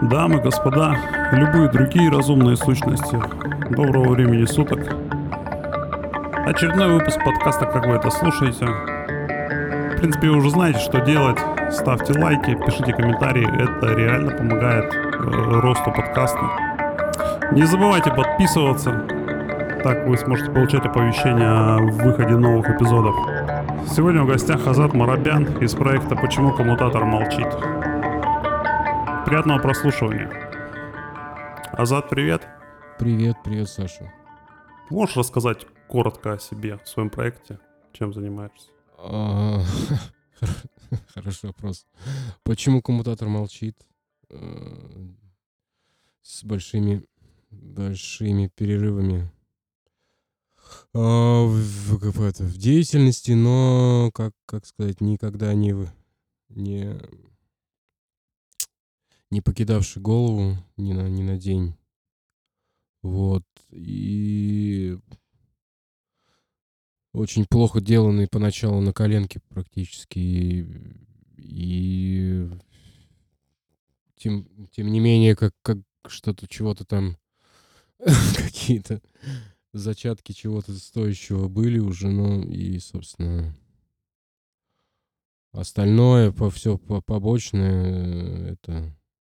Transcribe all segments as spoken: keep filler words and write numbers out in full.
Дамы, господа, любые другие разумные сущности, доброго времени суток. Очередной выпуск подкаста «Как вы это слушаете?». В принципе, вы уже знаете, что делать. Ставьте лайки, пишите комментарии, это реально помогает э, росту подкаста. Не забывайте подписываться, так вы сможете получать оповещения о выходе новых эпизодов. Сегодня в гостях Азат Марабян из проекта «Почему коммутатор молчит?». Приятного прослушивания. Азат, привет. Привет, привет, Саша. Можешь рассказать коротко о себе, о своем проекте, чем занимаешься? А, Хороший вопрос. Почему коммутатор молчит? Э, С большими, большими перерывами а, в, в- в это, в деятельности, но, как, как сказать, никогда не, в- не, не покидавший голову ни на, ни на день. Вот. И очень плохо деланный поначалу на коленке практически. И, и тем, тем не менее, как, как что-то, чего-то там, какие-то зачатки чего-то стоящего были уже, ну и, собственно, остальное, по, все побочное, э, это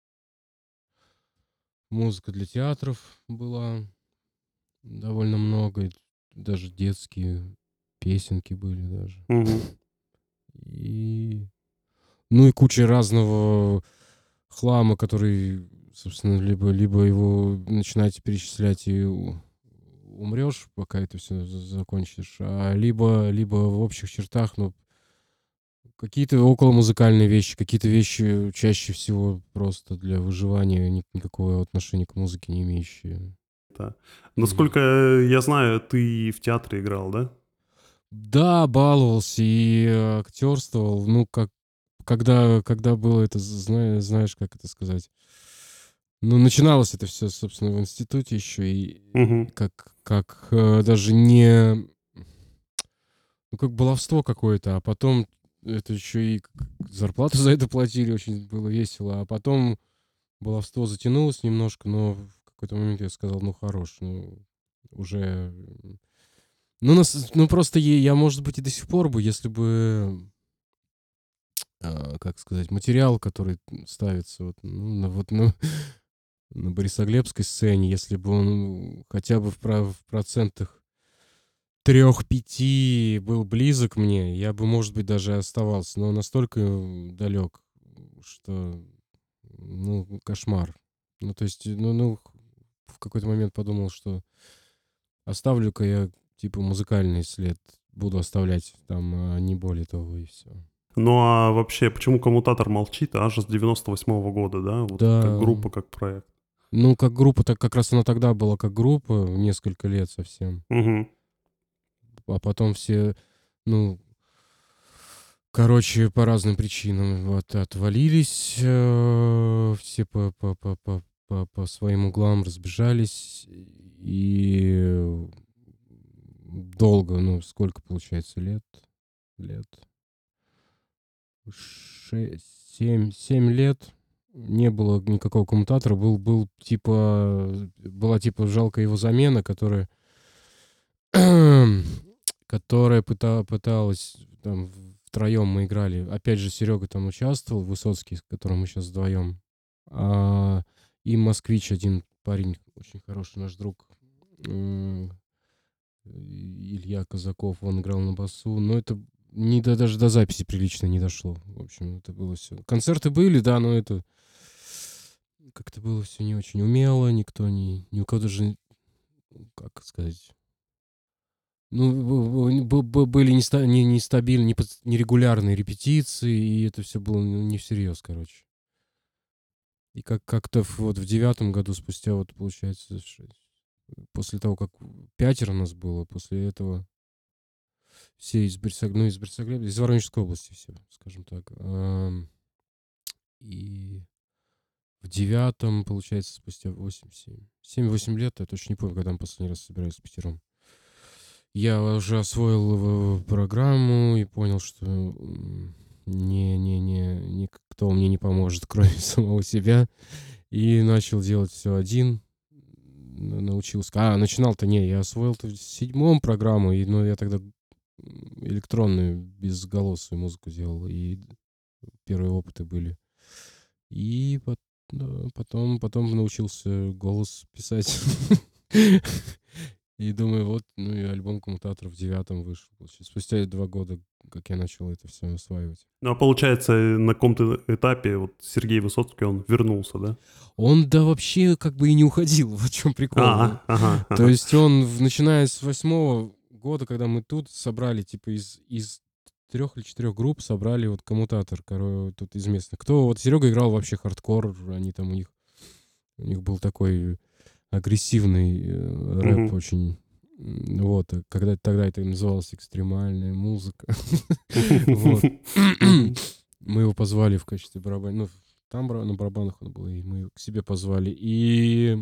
музыка для театров была довольно много, и даже детские песенки были даже. Угу. И, ну и куча разного хлама, который, собственно, либо, либо его начинаете перечислять и у- умрешь, пока это все закончишь, а либо, либо в общих чертах, ну, какие-то околомузыкальные вещи, какие-то вещи чаще всего просто для выживания, ни- никакого отношения к музыке не имеющие. Да. И Насколько я знаю, ты в театре играл, да? да, баловался и э, актерствовал, ну, как когда, когда было это, знаешь, знаешь, как это сказать. Ну, начиналось это все, собственно, в институте еще, и Угу. как, как э, даже не, ну, как баловство какое-то, а потом это еще и к- зарплату за это платили, очень было весело, а потом баловство затянулось немножко, но в какой-то момент я сказал, ну, хорош, ну, уже... м, Ну, нас, ну просто я, я, может быть, и до сих пор бы, если бы, а, как сказать, материал, который ставится вот, ну, на, вот, ну, на Борисоглебской сцене, если бы он хотя бы в, про- в процентах трех-пяти был близок мне, я бы, может быть, даже оставался, но настолько далек, что, ну, кошмар. Ну, то есть, ну, ну, в какой-то момент подумал, что оставлю-ка я, типа, музыкальный след, буду оставлять там, а не более того, и все. Ну а вообще, почему коммутатор молчит? Аж с девяносто восьмого года, да? Вот как Да, группа, как проект. ну, как группа, так как раз она тогда была как группа, несколько лет совсем. Угу. А потом все, ну, короче, по разным причинам вот отвалились, э, все по, по, по, по, по, по своим углам разбежались, и долго, ну, сколько получается, лет, лет, шесть, семь, семь лет не было никакого коммутатора, был, был типа, была типа жалкая его замена, которая которая пыта пыталась, там, втроем мы играли. Опять же, Серега там участвовал, Высоцкий, с которым мы сейчас вдвоем. А, и москвич один парень, очень хороший наш друг, м, Илья Казаков, он играл на басу. Но это не до, даже до записи прилично не дошло. В общем, это было все. Концерты были, да, но это как-то было все не очень умело, никто не, ни у кого даже, как сказать, ну, б- б- б- были неста- не- нестабильные, непос- нерегулярные репетиции, и это все было ну, не всерьез, короче. И как- как-то в- вот в девятом году, спустя вот, получается, ш- после того, как пятеро нас было, после этого все из Борисог... ну, из Борисоглеба, из Воронежской области все, скажем так. Ам, И в девятом, получается, спустя восемь-семь. семь-восемь лет, я точно не помню, когда мы последний раз собирались с пятером. Я уже освоил э, программу и понял, что м, не-не-не, никто мне не поможет, кроме самого себя. И начал делать все один. Н научился. А, начинал-то не, я освоил-то в седьмом программу, и, ну, я тогда, м, электронную безголосую музыку делал, и первые опыты были. И пот да, потом потом научился голос писать. И думаю, вот, ну и альбом "Коммутатор" в девятом вышел, получается. Спустя два года, как я начал это все осваивать. Ну, а получается, э, на каком-то этапе вот Сергей Высоцкий, он вернулся, да? Он, да, вообще как бы и не уходил, вот в чём прикол. А, Э, ага, то ага. есть он, в начиная с восьмого года, когда мы тут собрали, типа, из из трех или четырех групп собрали вот "Коммутатор", коро тут из местных. Кто вот Серега играл вообще хардкор, они там у них у них был такой агрессивный, э, рэп Мгм. очень. М, вот, э, когда тогда это называлось экстремальная музыка. Вот. Мгм. Мы его позвали в качестве барабан ну, там бара на барабанах он был, и мы его к себе позвали. И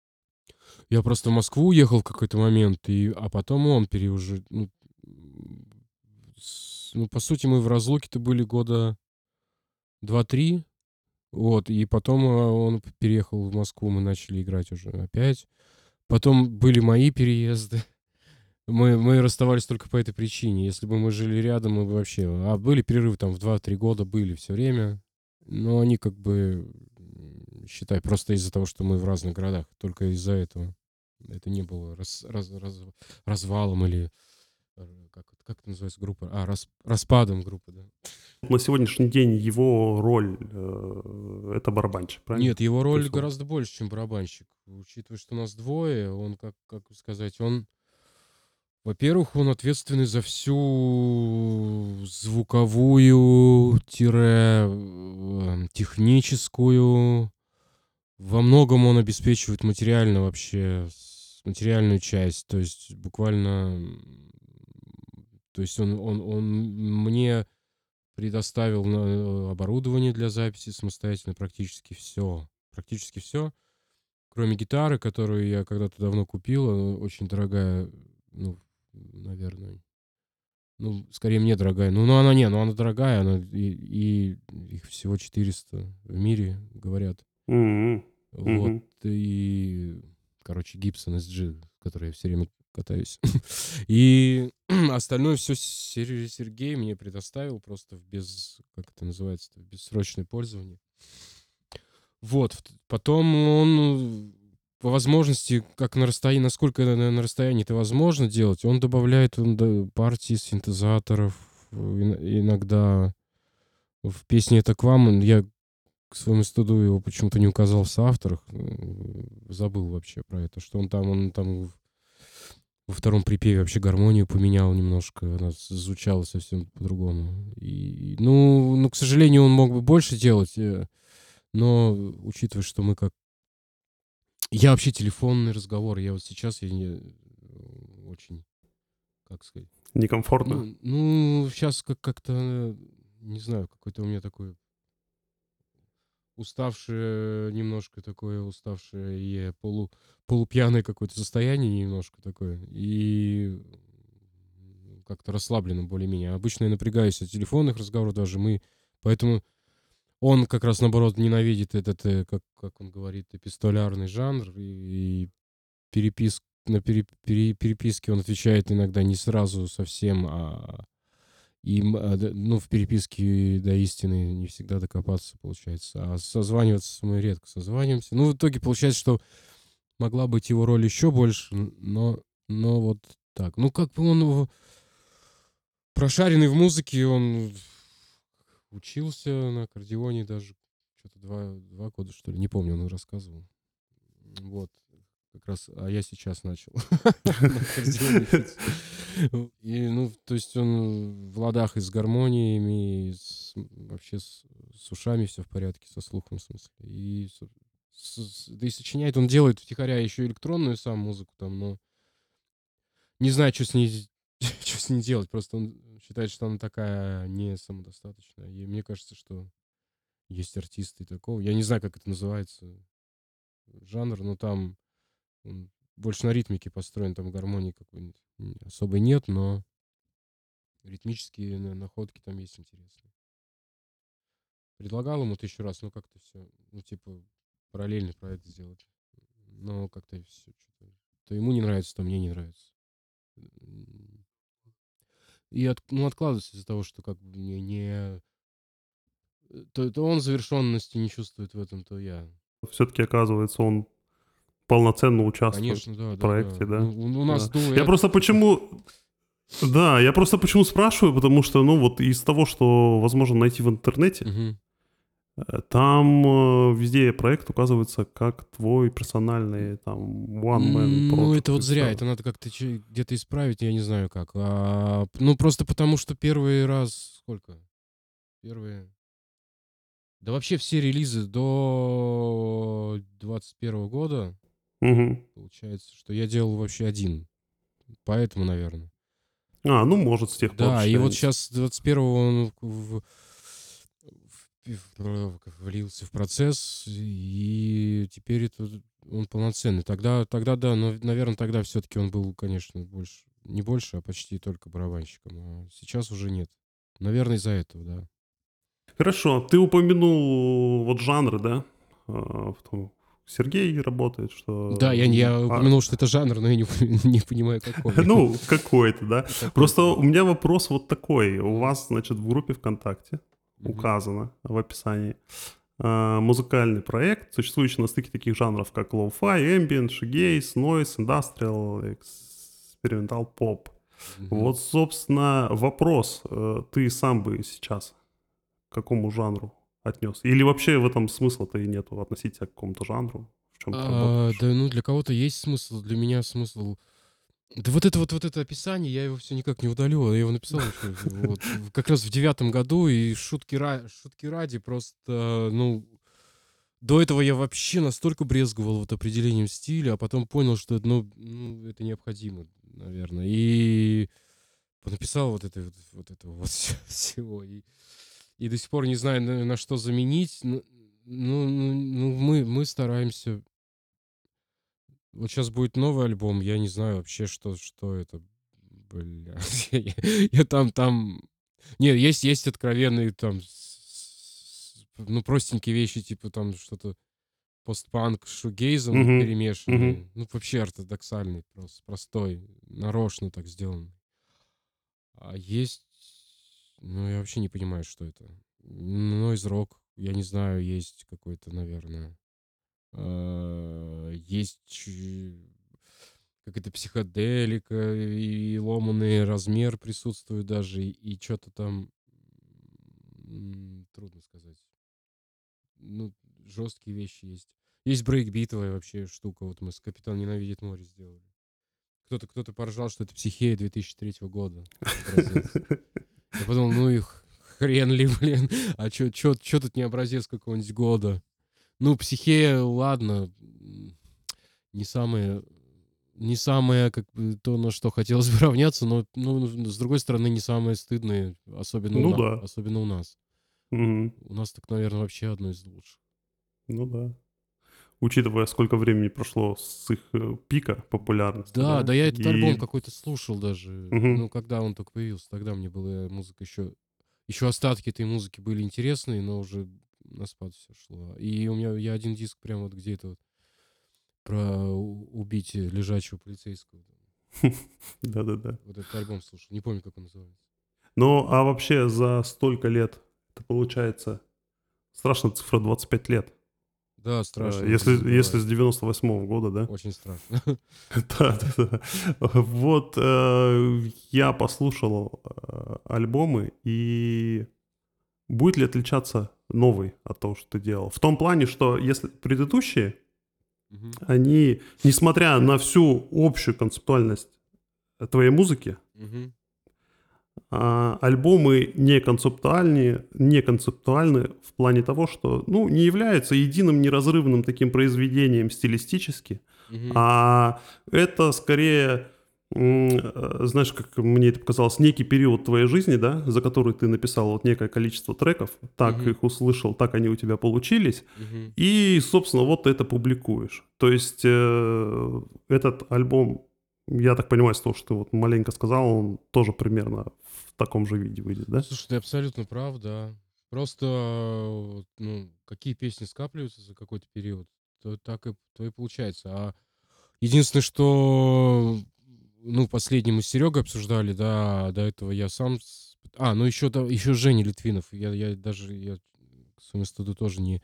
я просто в Москву уехал в какой-то момент, и а потом он переужи ну, м, с ну, по сути, мы в разлуке-то были года два-три. Вот, и потом, а, он п переехал в Москву, мы начали играть уже опять. Потом были мои переезды. Мы мы расставались только по этой причине. Если бы мы жили рядом, мы бы вообще а были перерывы там в два-три года, были все время, но они как бы, м, считай, просто из-за того, что мы в разных городах, только из-за этого. Это не было рас раз раз развалом или, э, как это как это называется группа? А, рас распадом группы, да. На сегодняшний день его роль, э, это барабанщик, правильно? Нет, его То роль есть он гораздо больше, чем барабанщик. Учитывая, что нас двое, он, как как сказать, он, во-первых, он ответственный за всю звуковую тире, э, техническую. Во многом он обеспечивает материально вообще с материальную часть. То есть буквально, м, то есть он он он мне предоставил на э, оборудование для записи самостоятельно, практически все, практически все. Кроме гитары, которую я когда-то давно купил, она очень дорогая, ну, наверное, ну, скорее мне дорогая. Ну, ну она не, ну она дорогая, она и и их всего четыреста в мире, говорят. М. Вот, Мгм. и, короче, Gibson эс джи, в которой я все время катаюсь. И остальное все Сергей мне предоставил просто в без как это называется-то, в бессрочное пользование. Вот, вт потом он, по возможности, как на расстоянии, насколько на на расстоянии это возможно делать, он добавляет, он д партии синтезаторов, э, ин иногда в песне "Это к вам". Он я к своему стыду его почему-то не указал в соавторах, э, забыл вообще про это, что он там он там в во втором припеве вообще гармонию поменял немножко, она з звучала совсем по-другому. И, ну ну, к сожалению, он мог бы больше делать, э, но, учитывая, что мы как я вообще телефонный разговор, я вот сейчас я не э, очень, как сказать, Некомфортно? ну ну, щас как как-то, не знаю, какой-то у меня такой уставшее, немножко такое уставшее и полу полупьяное какое-то состояние немножко такое. И, м, как-то расслабленно более-менее. Обычно я напрягаюсь от телефонных разговоров даже. Мы поэтому он как раз, наоборот, ненавидит этот, э, как как он говорит, эпистолярный жанр. И переписк на пере пере переписке он отвечает иногда не сразу совсем, а им, а, д ну, в переписке до истины не всегда докопаться получается, а созваниваться мы редко созваниваемся. Ну, в итоге получается, что могла быть его роль еще больше, н но но вот так. Ну, как бы он в прошаренный в музыке, он учился на аккордеоне даже что то два 2 года, что ли, не помню, он рассказывал. Вот. Как раз, а я сейчас начал на аккордеоне учиться. Ну, и, ну, то есть он в ладах и с гармониями, и с вообще с с ушами все в порядке, со слухом, в смысле. И с с с да и сочиняет он делает втихаря еще электронную сам музыку там, но не знаю, что с ней чё с ней делать. Просто он считает, что она такая не самодостаточная. И мне кажется, что есть артисты такого. Я не знаю, как это называется, жанр, но там он больше на ритмике построен, там гармонии какой-нибудь м, особой нет, но ритмические на находки там есть интересные. Предлагал ему тысячу раз, но как-то все, ну, типа параллельный проект сделать. Но как-то все что-то то ему не нравится, то мне не нравится. М, и от ну, откладывается из-за того, что как бы не не э, то то он завершенности не чувствует в этом, то я. Все-таки, оказывается, он полноценно участвует Конечно, в да-да-да. проекте, да? Ну, у у нас Да. Я дуэт, просто типа. почему да, я просто почему спрашиваю, потому что, ну, вот из того, что возможно найти в интернете, Мгм. э, там, э, везде проект указывается как твой персональный, там, one man М, ну, это project вот и зря. всё. Это надо как-то че где-то исправить, я не знаю как. А, п ну, просто потому, что первый раз сколько? Первые да вообще все релизы до двадцать первого года, Мгм. получается, что я делал вообще один. Поэтому, наверно. А, ну, может, с тех пор Да, и вот тянется. щас с двадцать первого он в в в влился в процесс, и теперь это он полноценный. Тогда тогда да, нав наверно, тогда всё-таки он был, конечно, больше не больше, а почти только барабанщиком, а сейчас уже нет. Наверно, из-за этого, да. Хорошо, ты упомянул вот жанры, да? А, в том Сергей работает, Да, что, я не м, я а упомянул, что это жанр, но я не не понимаю, какой. Ну, какой-то, да. Просто Какой-то, да. у меня вопрос вот такой. У Мгм. вас, значит, в группе ВКонтакте Мгм. указано в описании, а, музыкальный проект, существующий на стыке таких жанров, как лоу-фай, ambient, shoegaze, noise, industrial, experimental pop. Мгм. Вот, собственно, вопрос. Э, ты сам бы сейчас к какому жанру отнес? Или вообще в этом смысла-то и нету относить себя к какому-то жанру, в чем ты А, работаешь? да, ну, для кого-то есть смысл, для меня смысл да вот это вот вот это описание, я его всё никак не удалю. Я его написал еще вот в как раз в девятом году, и шутки ра шутки ради просто, ну, до этого я вообще настолько брезговал вот определением стиля, а потом понял, что это, ну ну, это необходимо, наверно. И понаписал вот этой вот вот этого вот вс всего, и и до сих пор не знаю, на на что заменить. Ну ну ну ну, мы мы стараемся Вот щас будет новый альбом, я не знаю вообще, что что это. Блядь, я я там там Не, есть есть откровенные там с ну, простенькие вещи, типа там что-то постпанк с шугейзом Мгм, мгм. перемешанные. Ну, вообще ортодоксальный, прос простой, нарочно так сделанный. А есть, ну, я вообще не понимаю, что это. Нойз-рок, я не знаю, есть какой-то, наверное. А, есть ч какая-то психоделика, и ломаный размер присутствует даже, и чё-то там, м, трудно сказать. Ну, жесткие вещи есть. Есть брейкбитовая вообще штука. Вот мы с "Капитан Ненавидит море" сделали. Кто-то кто-то поржал, что это "Психея" две тысячи третьего года образец. Я подумал: "Ну и х хрен ли, блин, а чё чё чё тут не образец какого-нибудь года?" Ну, "Психея", ладно, м, не самое не самое, как бы, то, на что хотелось бы равняться, но, ну, с другой стороны, не самое стыдное, особенно у Ну на да. особенно у нас. Мгм. У нас так, наверно, вообще одно из лучших. Ну да. Учитывая, сколько времени прошло с их, э, пика популярности, Да, да, да я этот альбом и какой-то слушал даже, Мгм. ну, когда он только появился. Тогда мне была музыка еще еще остатки этой музыки были интересные, но уже на спад всё шло. И у меня я один диск прям вот, где это вот про у убить лежачего полицейского. Да-да-да. Вот этот альбом слушал. Не помню, как он называется. Ну, а вообще за столько лет, это получается страшная цифра двадцать пять лет. Да, Э, страшно, не если если забывай. с девяносто восьмого года, да? Очень страшно. Да-да-да. Вот, э, я послушал, э, альбомы, и будет ли отличаться новый от того, что ты делал? В том плане, что если предыдущие Мгм. они, несмотря на всю общую концептуальность, э, твоей музыки Мгм. а, альбомы не концептуальные не концептуальны в плане того, что, ну, не являются единым неразрывным таким произведением стилистически, Мгм. а это скорее, м, э, знаешь, как мне это показалось, некий период твоей жизни, да, за который ты написал вот некое количество треков, так Мгм. их услышал, так они у тебя получились, Мгм. и, собственно, вот ты это публикуешь. То есть, э, этот альбом, я так понимаю, из того, что ты вот маленько сказал, он тоже примерно в таком же виде выйдет, да? Слушай, ты абсолютно прав, да. Просто, вот, ну, какие песни скапливаются за какой-то период. то так и то и получается. А единственное, что, ну, последний мы с Серегой обсуждали, да, а до этого я сам с А, ну еще да, еще Женя Литвинов. Я я даже, я к своему стыду тоже не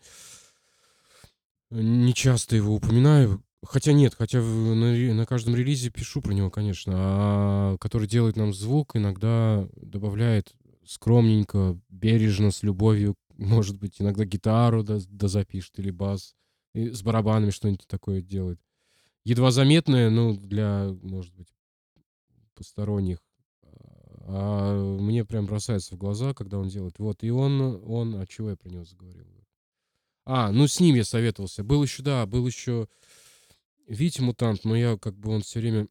не часто его упоминаю. Хотя нет, хотя в на ре на каждом релизе пишу про него, конечно. А который делает нам звук, иногда добавляет скромненько, бережно, с любовью. Может быть, иногда гитару доз дозапишет или бас. И с барабанами что-нибудь такое делает. Едва заметное, ну, для, может быть, посторонних. А мне прям бросается в глаза, когда он делает. Вот, и он он а чего я про него заговорил? А, ну, с ним я советовался. Был еще, да, был еще Витя Мутант, но я как бы он все время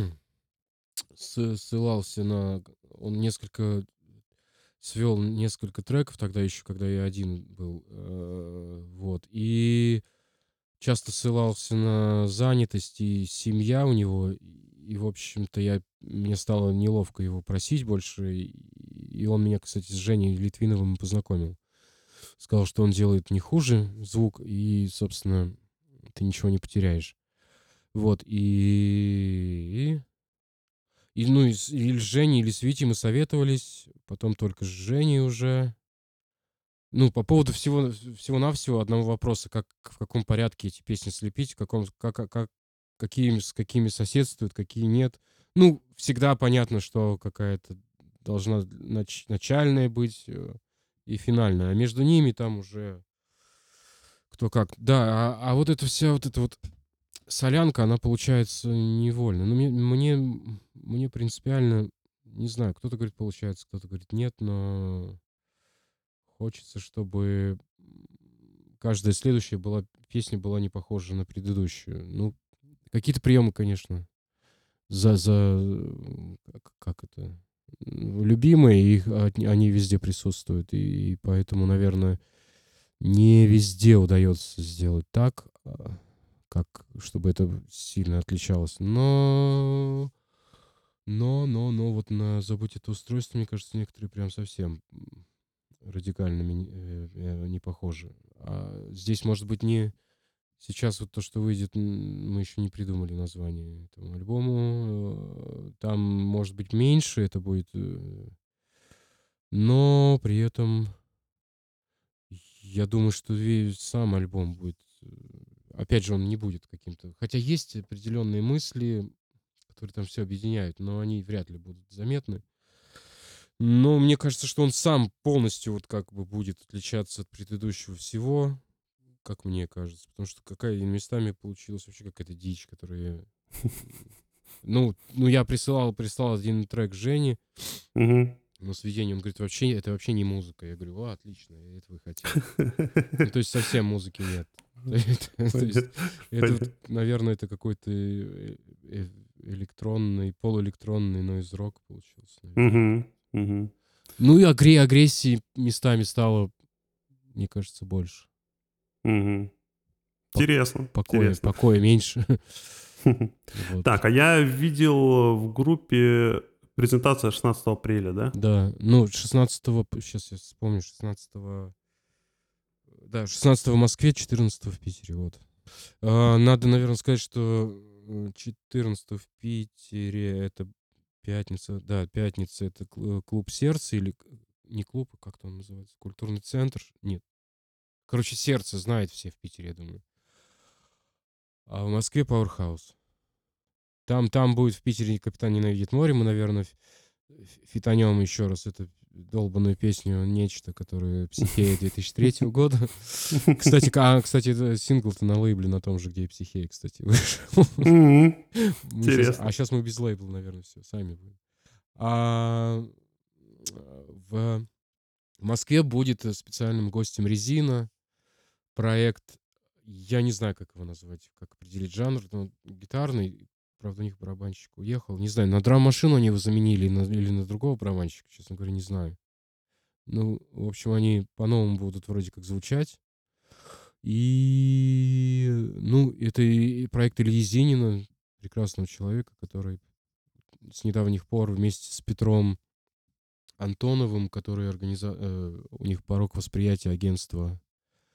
сы ссылался на он несколько свел несколько треков тогда еще, когда я один был. Э, вот. И часто ссылался на занятость и семья у него. И, в общем-то, я мне стало неловко его просить больше. И и он меня, кстати, с Женей Литвиновым познакомил. Сказал, что он делает не хуже звук, и, собственно, ты ничего не потеряешь. Вот, и и, ну, и с или с Женей, или с Витей мы советовались, потом только с Женей уже. Ну, по поводу всего всего-навсего одного вопроса: как в каком порядке эти песни слепить, в каком как как как какие с какими соседствуют, какие нет. Ну, всегда понятно, что какая-то должна нач начальная быть, э, и финальная, а между ними там уже кто как. Да, а а вот эта вся вот эта вот солянка, она получается невольно. Ну, мне мне мне принципиально, не знаю, кто-то говорит, получается, кто-то говорит, нет, но хочется, чтобы, м, каждая следующая была песня была не похожа на предыдущую. Ну, какие-то приемы, конечно, за за м, как как это, м, любимые, их от они везде присутствуют, и и поэтому, наверное, не везде удается сделать так, а, как чтобы это сильно отличалось. Но но но но вот на "Забудь это устройство", мне кажется, некоторые прям совсем, м, радикально мень э, э, не похожи. А здесь, может быть, не сейчас вот то, что выйдет, м, мы еще не придумали название этому альбому. Э, там, может быть, меньше это будет, э, но при этом я думаю, что ве сам альбом будет, э, опять же, он не будет каким-то, хотя есть определенные мысли, которые там все объединяют, но они вряд ли будут заметны. Но мне кажется, что он сам полностью вот как бы будет отличаться от предыдущего всего, как мне кажется. Потому что какая местами получилась вообще какая-то дичь, которая... м, Ну, ну я присылал, прислал один трек Жене Мгм. на сведение. Он говорит, вообще, это вообще не музыка. Я говорю, о, отлично, это вы хотели. Ну, то есть совсем музыки нет. То то есть Понятно. это вот, Понятно. наверное, это какой-то э, э, электронный, полуэлектронный нойз-рок получился, наверное. Мгм. Мгм. Ну и агре агрессии местами стало, мне кажется, больше. Мгм. Пок Интересно, покоя интересно. покоя меньше. Вот. Так, а я видел в группе презентация шестнадцатого апреля, да? Да, ну, шестнадцатого, сейчас я вспомню, шестнадцатого, да, шестнадцатого в Москве, четырнадцатого в Питере, вот. А, надо, наверное, сказать, что, э, четырнадцатого в Питере — это пятница, да, пятница — это кл клуб "Сердце" или к не клуб, а как-то он называется, культурный центр? Нет. Короче, "Сердце" знают все в Питере, я думаю. А в Москве "Пауэрхаус". Там там будет в Питере "Капитан ненавидит море". Мы, наверное, ф ф фитанем еще раз эту долбаную песню "Нечто", которая "Психея" две тысячи третьего года. Кстати, ка а, кстати, это сингл-то на лейбле на том же, где и "Психея", кстати, вышел. Мгм. Мы щас Интересно. а сейчас мы без лейбла, наверное, все сами будем. А, в Москве будет, э, специальным гостем "Резина". Проект, я не знаю, как его назвать, как определить жанр, но гитарный. Правда, у них барабанщик уехал. Не знаю, на драм-машину они его заменили на или на другого барабанщика, честно говоря, не знаю. Ну, в общем, они по-новому будут вроде как звучать. И, ну, это и проект Ильи Зинина, прекрасного человека, который с недавних пор вместе с Петром Антоновым, который организа э, у них "Порог восприятия", агентство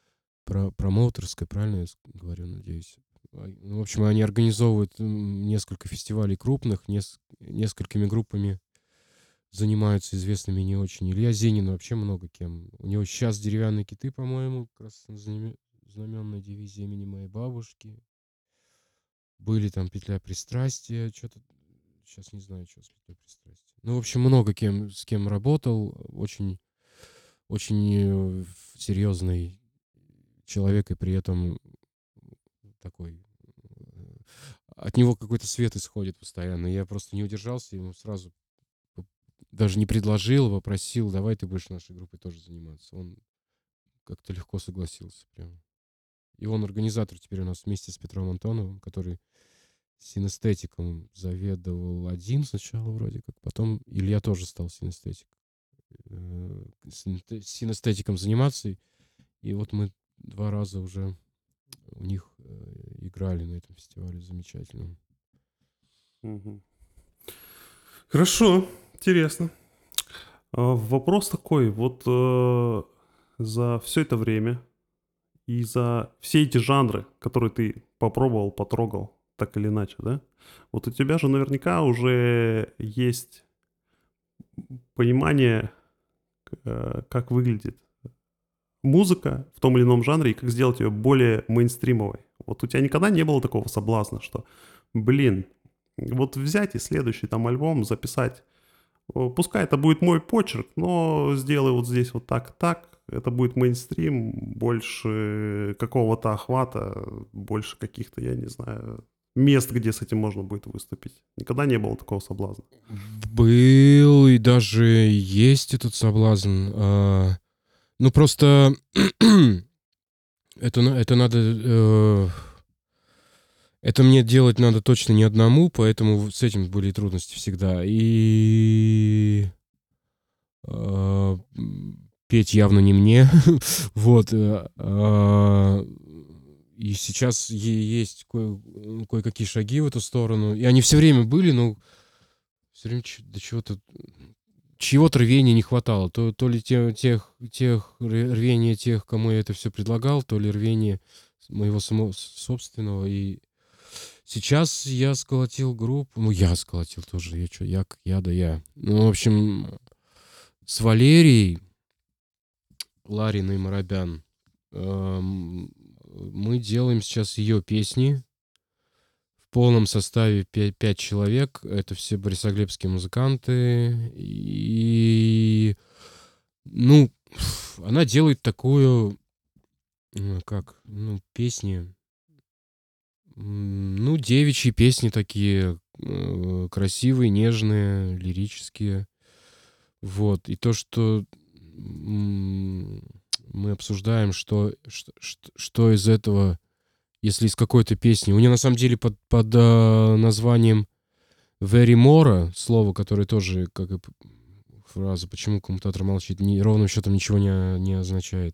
про промоутерская, правильно я с говорю, надеюсь? А, ну, в общем, они организовывают, м, несколько фестивалей крупных, нес несколькими группами занимаются известными не очень. Илья Зенин, вообще много кем. У него сейчас "Деревянные киты", по-моему, краснознамен знаменная дивизия имени моей бабушки. Были там "Петля пристрастия", чё-то щас не знаю, чё с "Петлей пристрастия". Ну, в общем, много кем с кем работал. Очень очень, э, серьезный человек и при этом такой, э, от него какой-то свет исходит постоянно. Я просто не удержался, ему сразу п даже не предложил, а попросил: "Давай ты будешь нашей группой тоже заниматься". Он как-то легко согласился прям. И он организатор теперь у нас вместе с Петром Антоновым, который синестетиком заведовал один сначала вроде как, потом Илья тоже стал синестетик э, синте синестетиком заниматься. И и вот мы два раза уже у них, э, играли на этом фестивале замечательном. Мгм. Хорошо, интересно. А, вопрос такой: вот, э, за всё это время и за все эти жанры, которые ты попробовал, потрогал так или иначе, да, вот у тебя же наверняка уже есть понимание, к э, как выглядит музыка в том или ином жанре и как сделать её более мейнстримовой. Вот у тя никогда не было такого соблазна, что, блин, вот взять и следующий там альбом записать, э, пускай это будет мой почерк, но сделай вот здесь вот так и так, это будет мейнстрим, больше какого-то охвата, больше каких-то, я не знаю, мест, где с этим можно будет выступить. Никогда не было такого соблазна? Был и даже есть этот соблазн. А, ну, просто это на это надо, э это мне делать надо точно не одному, поэтому в с этим были трудности всегда. И а, м, петь явно не мне. Вот, э, а, и сейчас е есть кое м, кое-какие шаги в эту сторону. И они всё время были, но всё время ч до чего-то, чьего-то рвения не хватало. То то ли те тех тех р рвения тех, кому я это всё предлагал, то ли рвения с моего самого с собственного. И сейчас я сколотил группу. Ну, я сколотил тоже. Я чё, я как я, да я. Ну, в общем, с Валерией Лариной Моробян, ам, мы делаем сейчас её песни в полном составе пя пять человек. Это все борисоглебские музыканты. И, ну, она делает такую, м, как, ну, песни м, ну, девичьи песни такие, э, красивые, нежные, лирические. Вот. И то, что, м, мы обсуждаем, что чт чт что из этого, если из какой-то песни у неё на самом деле под под, а, названием "Very Mora" слово, которое тоже, как и п фраза "Почему коммутатор молчит", ни ровным счётом ничего не о не означает.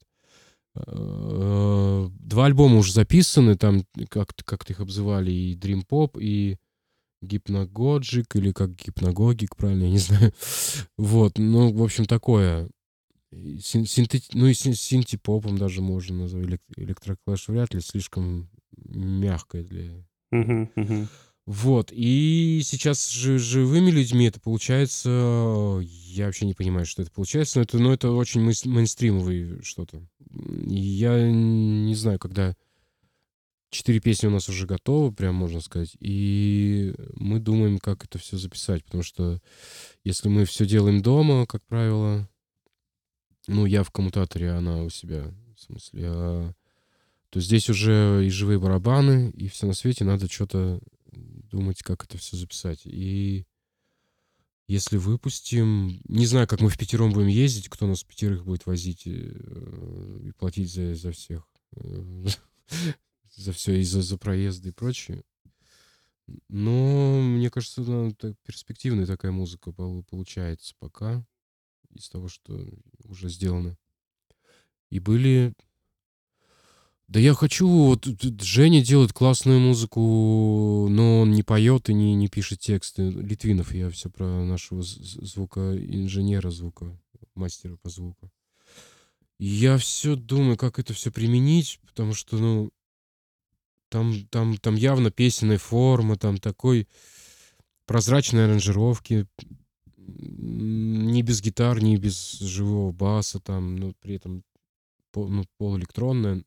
А, два альбома уже записаны, там как-то как-то их обзывали и Dream Pop, и Hypnagogic, или как Hypnagogic, правильно, я не знаю. Вот, ну, в общем, такое. И син синтети ну, и син синти-попом даже можно назвать. Элек электроклэш вряд ли, слишком мягкое для Мгм, мгм. Вот. И сейчас с жи живыми людьми это получается, я вообще не понимаю, что это получается, но это но это очень мейс мейнстримовый что-то. М, и я не знаю, когда четыре песни у нас уже готовы, прям можно сказать, и мы думаем, как это всё записать. Потому что если мы всё делаем дома, как правило ну, я в коммутаторе, а она у себя, в смысле, а, то здесь уже и живые барабаны, и всё на свете. Надо чё-то думать, как это всё записать. И если выпустим не знаю, как мы впятером будем ездить, кто нас пятерых будет возить, э, и платить за за всех, э, за всё, и за за проезды и прочее. Н но мне кажется, она так перспективная такая музыка полу получается пока из того, что уже сделано. И были Да я хочу, вот тут Женя делает классную музыку, но он не поёт и не не пишет тексты. Литвинов, я всё про нашего з з звукоинженера, звука мастера по звуку. Я все думаю, как это все применить, потому что, ну, там там там явно песенная форма, там такой прозрачные аранжировки, м, не без гитар, не без живого баса там, но при этом по ну, полуэлектронная.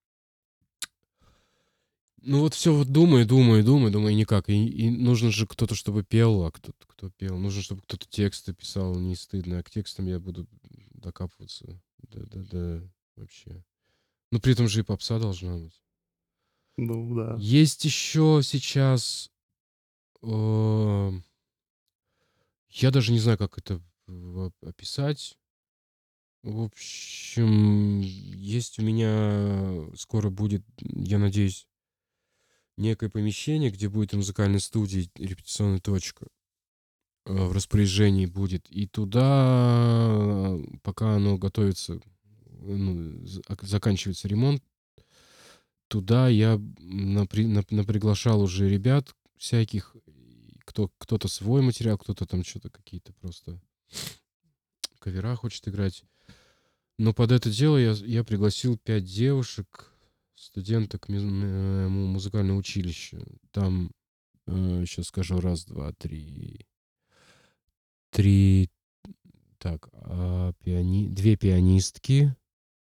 Ну, вот все вот думаю, думаю, думаю, думаю, и никак. И и нужно же кто-то, чтобы пел, а кто кто пел? Нужно, чтобы кто-то тексты писал, не стыдно. А к текстам я буду докапываться. Да-да-да, вообще. Но при этом же и попса должна быть. Ну да. Есть еще сейчас, э, я даже не знаю, как это в описать. В общем, есть у меня скоро будет, я надеюсь, некое помещение, где будет и музыкальная студия, и репетиционная точка. э, В распоряжении будет. И туда, э, пока оно готовится, ну, з- ак- заканчивается ремонт, туда я напри- нап- наприглашал уже ребят всяких, и кто, кто-то свой материал, кто-то там что-то какие-то просто кавера хочет играть. Но под это дело я, я пригласил пять девушек, студенток ми- м- э, му- музыкального училища. Там, сейчас скажу, раз, два, три, три, так, а, пиани... две пианистки,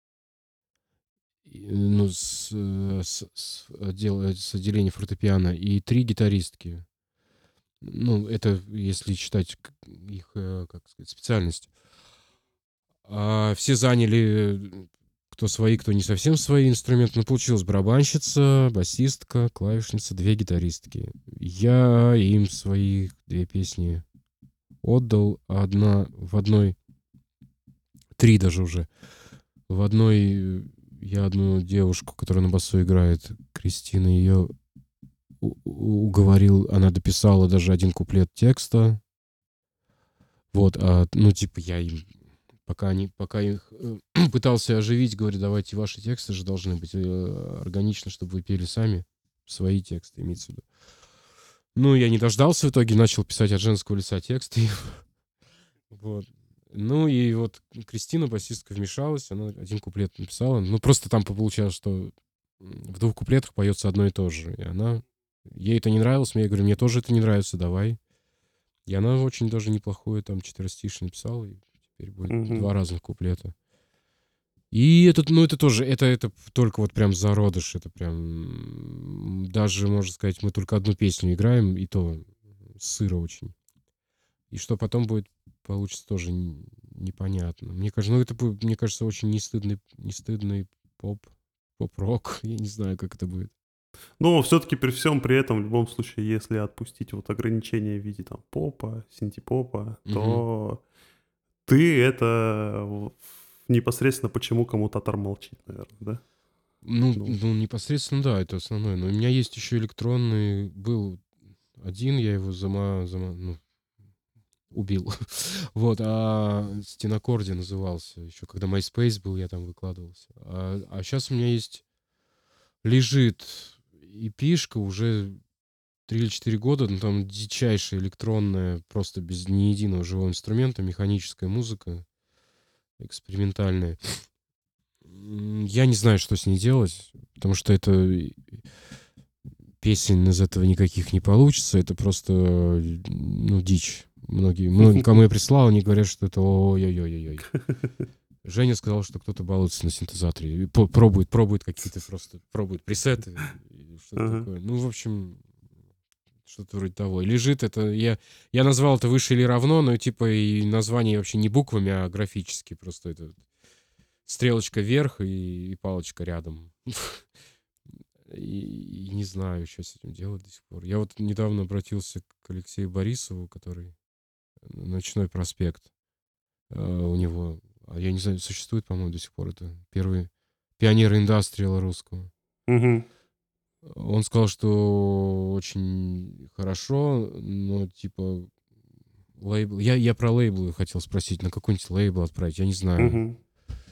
и, ну, с, э, с, с отдел- э, с отделения фортепиано, и три гитаристки. Ну, это если считать к- их, э, как сказать, специальность. А все заняли, э, кто свои, кто не совсем свои инструменты. Ну, получилась барабанщица, басистка, клавишница, две гитаристки. Я им свои две песни отдал. Одна в одной, три даже уже. В одной э, я одну девушку, которая на басу играет, Кристина, ее уговорил, она дописала даже один куплет текста. Вот, а, ну, типа, я им, пока они, пока их э, пытался оживить, говорю, давайте ваши тексты же должны быть э, органично, чтобы вы пели сами свои тексты, имеется в виду. Ну, я не дождался в итоге, начал писать от женского лица тексты. Вот. Ну и вот Кристина, басистка, вмешалась, она один куплет написала. Ну, просто там получалось, что м, в двух куплетах поется одно и то же. И она... Ей это не нравилось, мне я говорю, мне тоже это не нравится, давай. И она очень даже неплохое там четверостишее написала, и теперь будет Мгм. два разных куплета. И этот, ну, это тоже, это, это только вот прям зародыш, это прям... м, Даже, можно сказать, мы только одну песню играем, и то сыро очень. И что потом будет, получится тоже н- непонятно. Мне кажется, ну это, бу- мне кажется, очень не стыдный, не стыдный поп, поп-рок. Я не знаю, как это будет. Но все-таки при всем при этом, в любом случае, если отпустить вот ограничения в виде там попа, синтепопа, Мгм. то ты это в- непосредственно почему кому татар молчит, наверное, да? Ну, Ну, ну, непосредственно, да, это основное. Но у меня есть еще электронный, был один, я его зама, зама- ну, убил. Вот, а Стенокорди назывался. Еще когда MySpace был, я там выкладывался. А, сейчас у меня есть, лежит эпишка уже три или четыре года, ну, там дичайшая электронная, просто без ни единого живого инструмента, механическая музыка, экспериментальная. М, Я не знаю, что с ней делать, потому что это э, песен из этого никаких не получится, это просто, э, ну, дичь. Многие, многие, кому я прислал, они говорят, что это ой-ой-ой-ой. Женя сказал, что кто-то балуется на синтезаторе, и по- пробует, пробует какие-то просто, пробует пресеты, и что-то ага. такое. Ну, в общем, что-то вроде того. И лежит это... Я, я назвал это «Выше или равно», но типа и название вообще не буквами, а графически. Просто это стрелочка вверх и, и палочка рядом. И, и не знаю, что с этим делать до сих пор. Я вот недавно обратился к Алексею Борисову, который «Ночной проспект». э, У него... А я не знаю, существует, по-моему, до сих пор. Это первый пионер индастриала русского. Мгм. Он сказал, что очень хорошо, но типа лейбл. Я, я про лейблы хотел спросить, на какой-нибудь лейбл отправить, я не знаю. Мгм.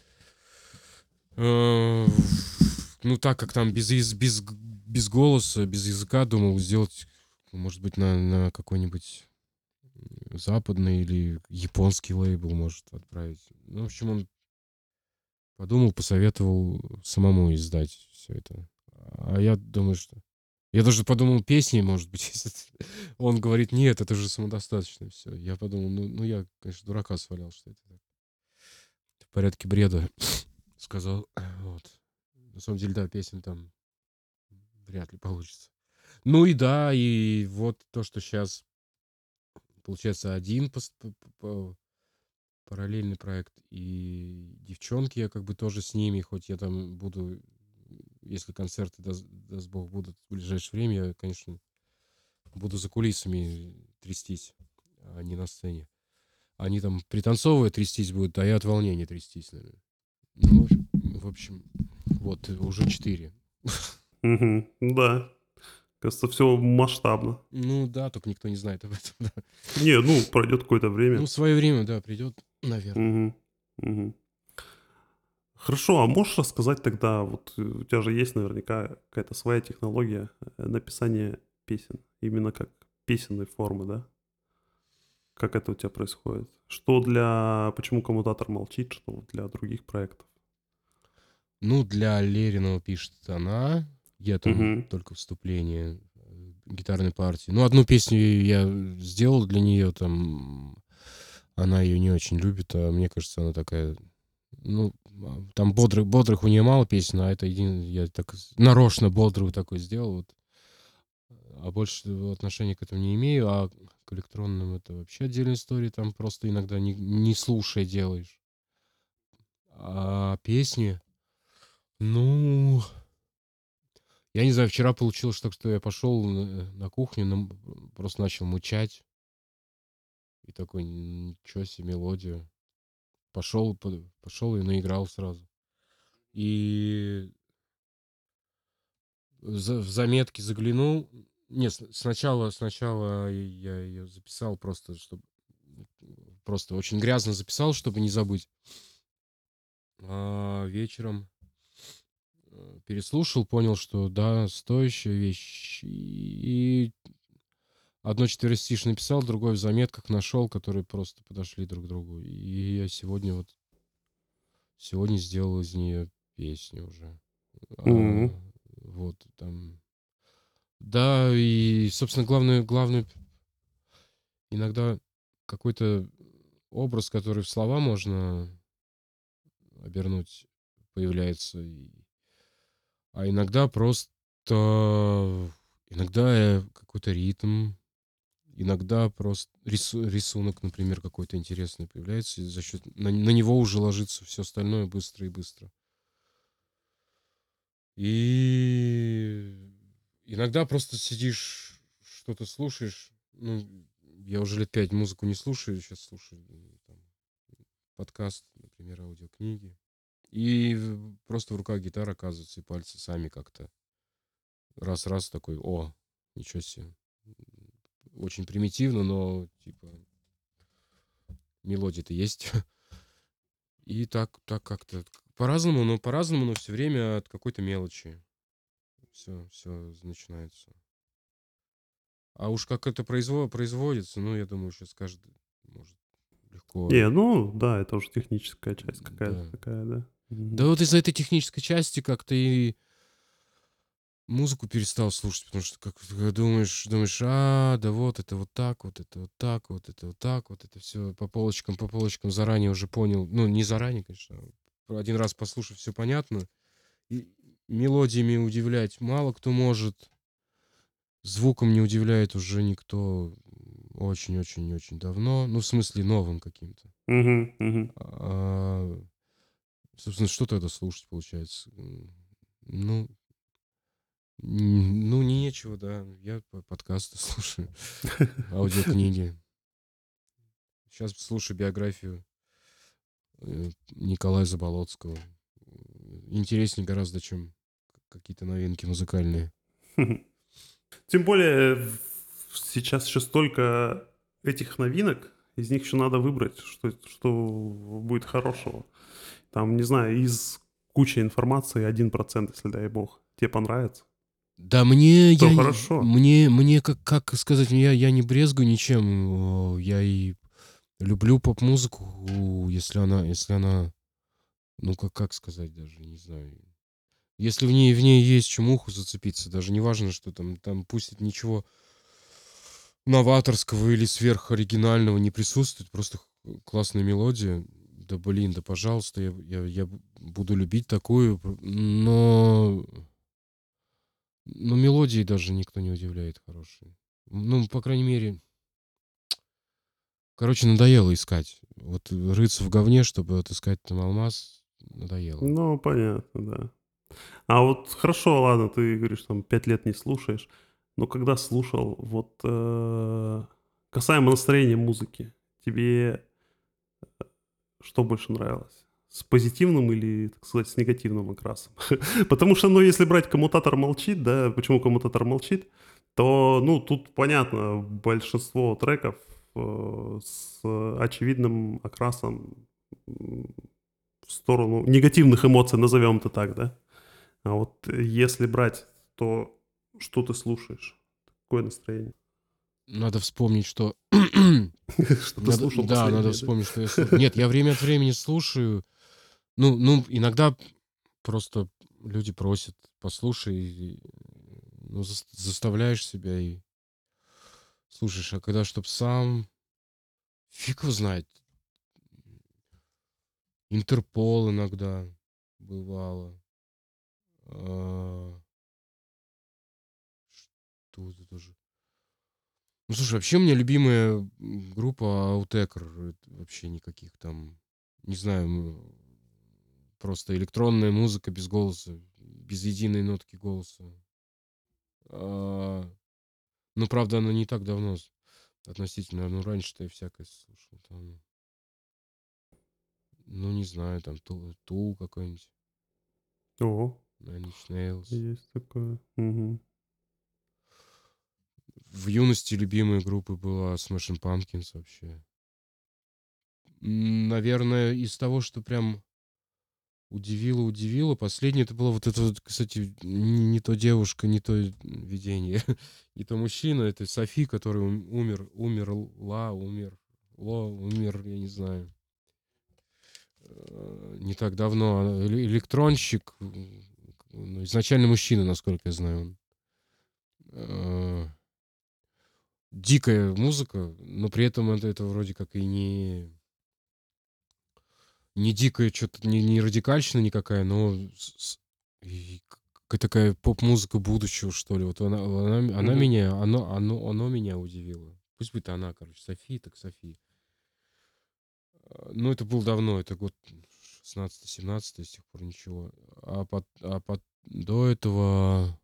Э, Ну, так как там без, из- без, г- без голоса, без языка, думал сделать, может быть, на, на какой-нибудь западный или японский лейбл может отправить. Ну, в общем, он подумал, посоветовал самому издать все это. А я думаю, что... Я даже подумал, песни, может быть, если т- он говорит, нет, это же самодостаточно все. Я подумал, ну, ну я, конечно, дурака свалял, что это так. В порядке бреда сказал. Вот. На самом деле, да, песен там вряд ли получится. Ну и да, и вот то, что сейчас получается один пос- п- п- по- параллельный проект, и девчонки, я как бы тоже с ними, хоть я там буду, если концерты, даст, даст Бог, будут в ближайшее время, я, конечно, буду за кулисами трястись, а не на сцене. Они там пританцовывая трястись будут, а я от волнения трястись, наверное. Ну, в общем, в общем, вот, уже четыре. Мгм. Да. Кажется, все масштабно. Ну да, только никто не знает об этом, да. Не, ну, пройдет какое-то Ну, время. в свое время, да, придет, наверное. Мгм. Мгм. Хорошо, а можешь рассказать тогда, вот э, у тебя же есть наверняка какая-то своя технология э, написания песен, именно как песенной формы, да? Как это у тебя происходит? Что для... Почему коммутатор молчит, что вот для других проектов? Ну, для Лериного пишет она. Я там Угу. только вступление э, гитарной партии. Ну, одну песню я сделал для нее, там она ее не очень любит, а мне кажется, она такая, ну, а, там бодрых, бодрых у нее мало песен, а это един, я так с- нарочно бодрую такой сделал, вот. А больше отношения к этому не имею, а к электронным это вообще отдельная история, там просто иногда не, не слушая делаешь. А песни, ну, я не знаю, вчера получилось так, что я пошел на, на кухню, нам- просто начал мычать. И такой, ничего себе, мелодию. Пошел, по- пошел и наиграл сразу. И за- в заметки заглянул. Нет, с- сначала, сначала я ее записал просто, чтобы... Просто очень грязно записал, чтобы не забыть. А вечером э, переслушал, понял, что да, стоящая вещь. И одно четверостишее написал, другое в заметках нашел, которые просто подошли друг к другу. И я сегодня вот сегодня сделал из нее песню уже. Угу. А, вот там. Да, и, собственно, главное, главное иногда какой-то образ, который в слова можно обернуть, появляется. И- А иногда просто иногда э, какой-то ритм. Иногда просто рису- рисунок, например, какой-то интересный появляется, и за счет на, на него уже ложится все остальное быстро и быстро. И иногда просто сидишь, что-то слушаешь. Ну, я уже лет пять музыку не слушаю, сейчас слушаю м, там, подкаст, например, аудиокниги. И в- просто в руках гитара оказывается, и пальцы сами как-то раз-раз такой, о, ничего себе. Очень примитивно, но типа мелодия-то есть. И так, так как-то по-разному, но по-разному, но все время от какой-то мелочи. Все, все начинается. А уж как это произво- производится, ну, я думаю, сейчас каждый может легко. Не, ну да, это уже техническая часть м, какая-то Да. такая, да. Да Мгм. вот из-за этой технической части как-то и музыку перестал слушать, потому что как ты думаешь, думаешь, а, да вот это вот так, вот это вот так, вот это вот так, вот это все по полочкам, по полочкам заранее уже понял. Ну, не заранее, конечно. а Один раз послушав, все понятно. И мелодиями удивлять мало кто может. Звуком не удивляет уже никто очень-очень-очень давно. Ну, в смысле, новым каким-то. Мгм. Мгм. А, собственно, что тогда слушать, получается? М, Ну, н- ну, нечего, да. Я по- подкасты слушаю, аудиокниги. Сейчас слушаю биографию э, Николая Заболоцкого. Интереснее гораздо, чем какие-то новинки музыкальные. Тем более в- сейчас еще столько этих новинок, из них еще надо выбрать, что, что будет хорошего. Там, не знаю, из кучи информации один процент, если дай бог, тебе понравится, Да мне, то я, не- хорошо. мне, мне, как, как сказать, я, я не брезгую ничем. О, Я и люблю поп-музыку, если она, если она Ну, как как сказать даже, не знаю. Если в ней в ней есть чему уху зацепиться, даже не важно, что там там пусть это ничего новаторского или сверхоригинального не присутствует, просто х классная мелодия. Да блин, да пожалуйста, я я я б буду любить такую, п но но мелодией даже никто не удивляет хорошие. Ну, по крайней мере, короче, надоело искать. Вот рыться в говне, чтобы отыскать там алмаз, надоело. Ну, понятно, да. А вот хорошо, ладно, ты говоришь, там пять лет не слушаешь, но когда слушал, вот, э, касаемо настроения музыки, тебе что больше нравилось? С позитивным или, так сказать, с негативным окрасом? Потому что, ну, если брать «Коммутатор молчит», да, почему «Коммутатор молчит», то, ну, тут понятно, большинство треков э, с очевидным окрасом м, в сторону негативных эмоций, назовем это так, да? А вот э, если брать, то что ты слушаешь? Какое настроение? Надо вспомнить, что Что ты надо слушал да, надо последнее, да? вспомнить, что я слу Нет, я время от времени слушаю. Ну ну, иногда просто люди просят: "Послушай", и, ну, зас заставляешь себя и слушаешь. А когда чтоб сам, фиг его знает. Интерпол иногда бывало. А, что это тоже? Ну, слушай, вообще у меня любимая, м, группа Autechre. Это вообще никаких там, не знаю, м, просто электронная музыка без голоса, без единой нотки голоса. А, ну, правда, она не так давно с относительно. Ну, раньше-то я всякое слушал там. Ну, не знаю, там Ту Tool какой-нибудь, О, Nine Inch Nails. есть такое. Мгм. В юности любимой группой была Smashing Pumpkins вообще. М, наверное, из того, что прям удивило удивило, последнее это было вот это вот, кстати, н не то девушка, не то видение, не то мужчина. Это Софи, который ум умер умерла, умер ло умер, я не знаю, э, не так давно. А, эле электронщик, м, ну, изначально мужчина, насколько я знаю он. Э, дикая музыка, но при этом это это вроде как и не не дикая, чё то не не радикальщина никакая, но с с и к какая такая поп-музыка будущего, что ли. Вот она она м- она Мгм. меня оно оно оно меня удивило. Пусть будет она, короче, Софи так Софи. А, ну, это было давно, это год шестнадцатый семнадцатый, с тех пор ничего. А пот а пот до этого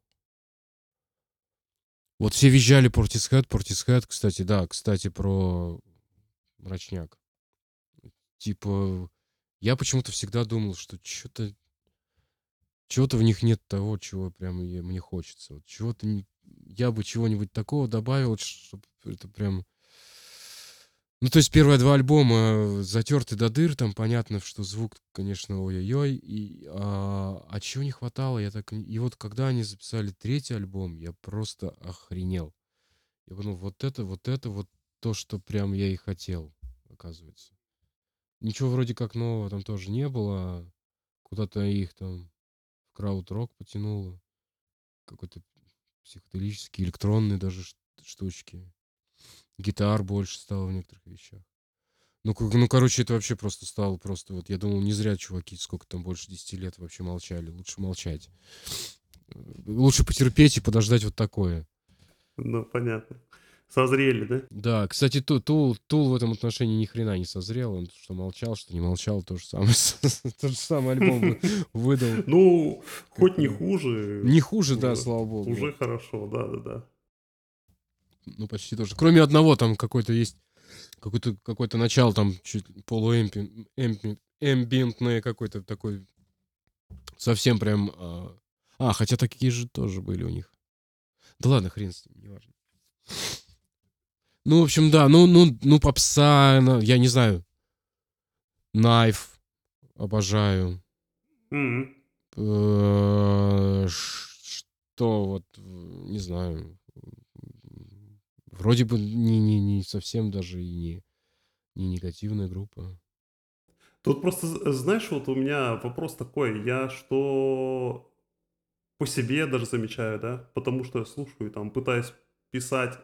вот все визжали Portishead, Portishead, кстати, да, кстати, про мрачняк. Типа, я почему-то всегда думал, что чё то чего-то в них нет того, чего прям я мне хочется. Вот чего-то не я бы чего-нибудь такого добавил, чтобы это прям. Ну, то есть первые два альбома затерты до дыр, там понятно, что звук, конечно, ой-ой-ой, и, а, а чего не хватало, я так и и вот когда они записали третий альбом, я просто охренел. Я подумал: вот это вот это вот то, что прям я и хотел, оказывается. Ничего вроде как нового там тоже не было, куда-то их там в крауд-рок потянуло. Какой-то психоделические, электронные даже ш штучки. Гитар больше стало в некоторых вещах. Ну, ка ну, короче, это вообще просто стало просто вот я думал, не зря чуваки сколько там, больше десяти лет вообще молчали. Лучше молчать. Э, лучше потерпеть и подождать вот такое. Ну, понятно. Созрели, да? Да, кстати, Ту Тул Тул в этом отношении ни хрена не созрел. Он что молчал, что не молчал, то же самое тот же самый альбом вы выдал, Ну, как хоть не бы. хуже, Не хуже, да, уже слава богу, уже вот. хорошо, да-да-да. Ну, почти тоже. Кроме одного, там какой-то есть какой-то какое-то начало там чуть полуэмпи эмпи эмбиентное какой-то такой, совсем прям, а А, хотя такие же тоже были у них. Да ладно, хрен с ним, неважно. Ну, в общем, да, ну ну ну, попса, на я не знаю, Knife обожаю. Мгм. Э, ш что вот, э, не знаю, м, вроде бы не не не совсем даже и не не негативная группа. Тут просто, з- знаешь, вот у меня вопрос такой, я что по себе даже замечаю, да, потому что я слушаю, там, пытаюсь писать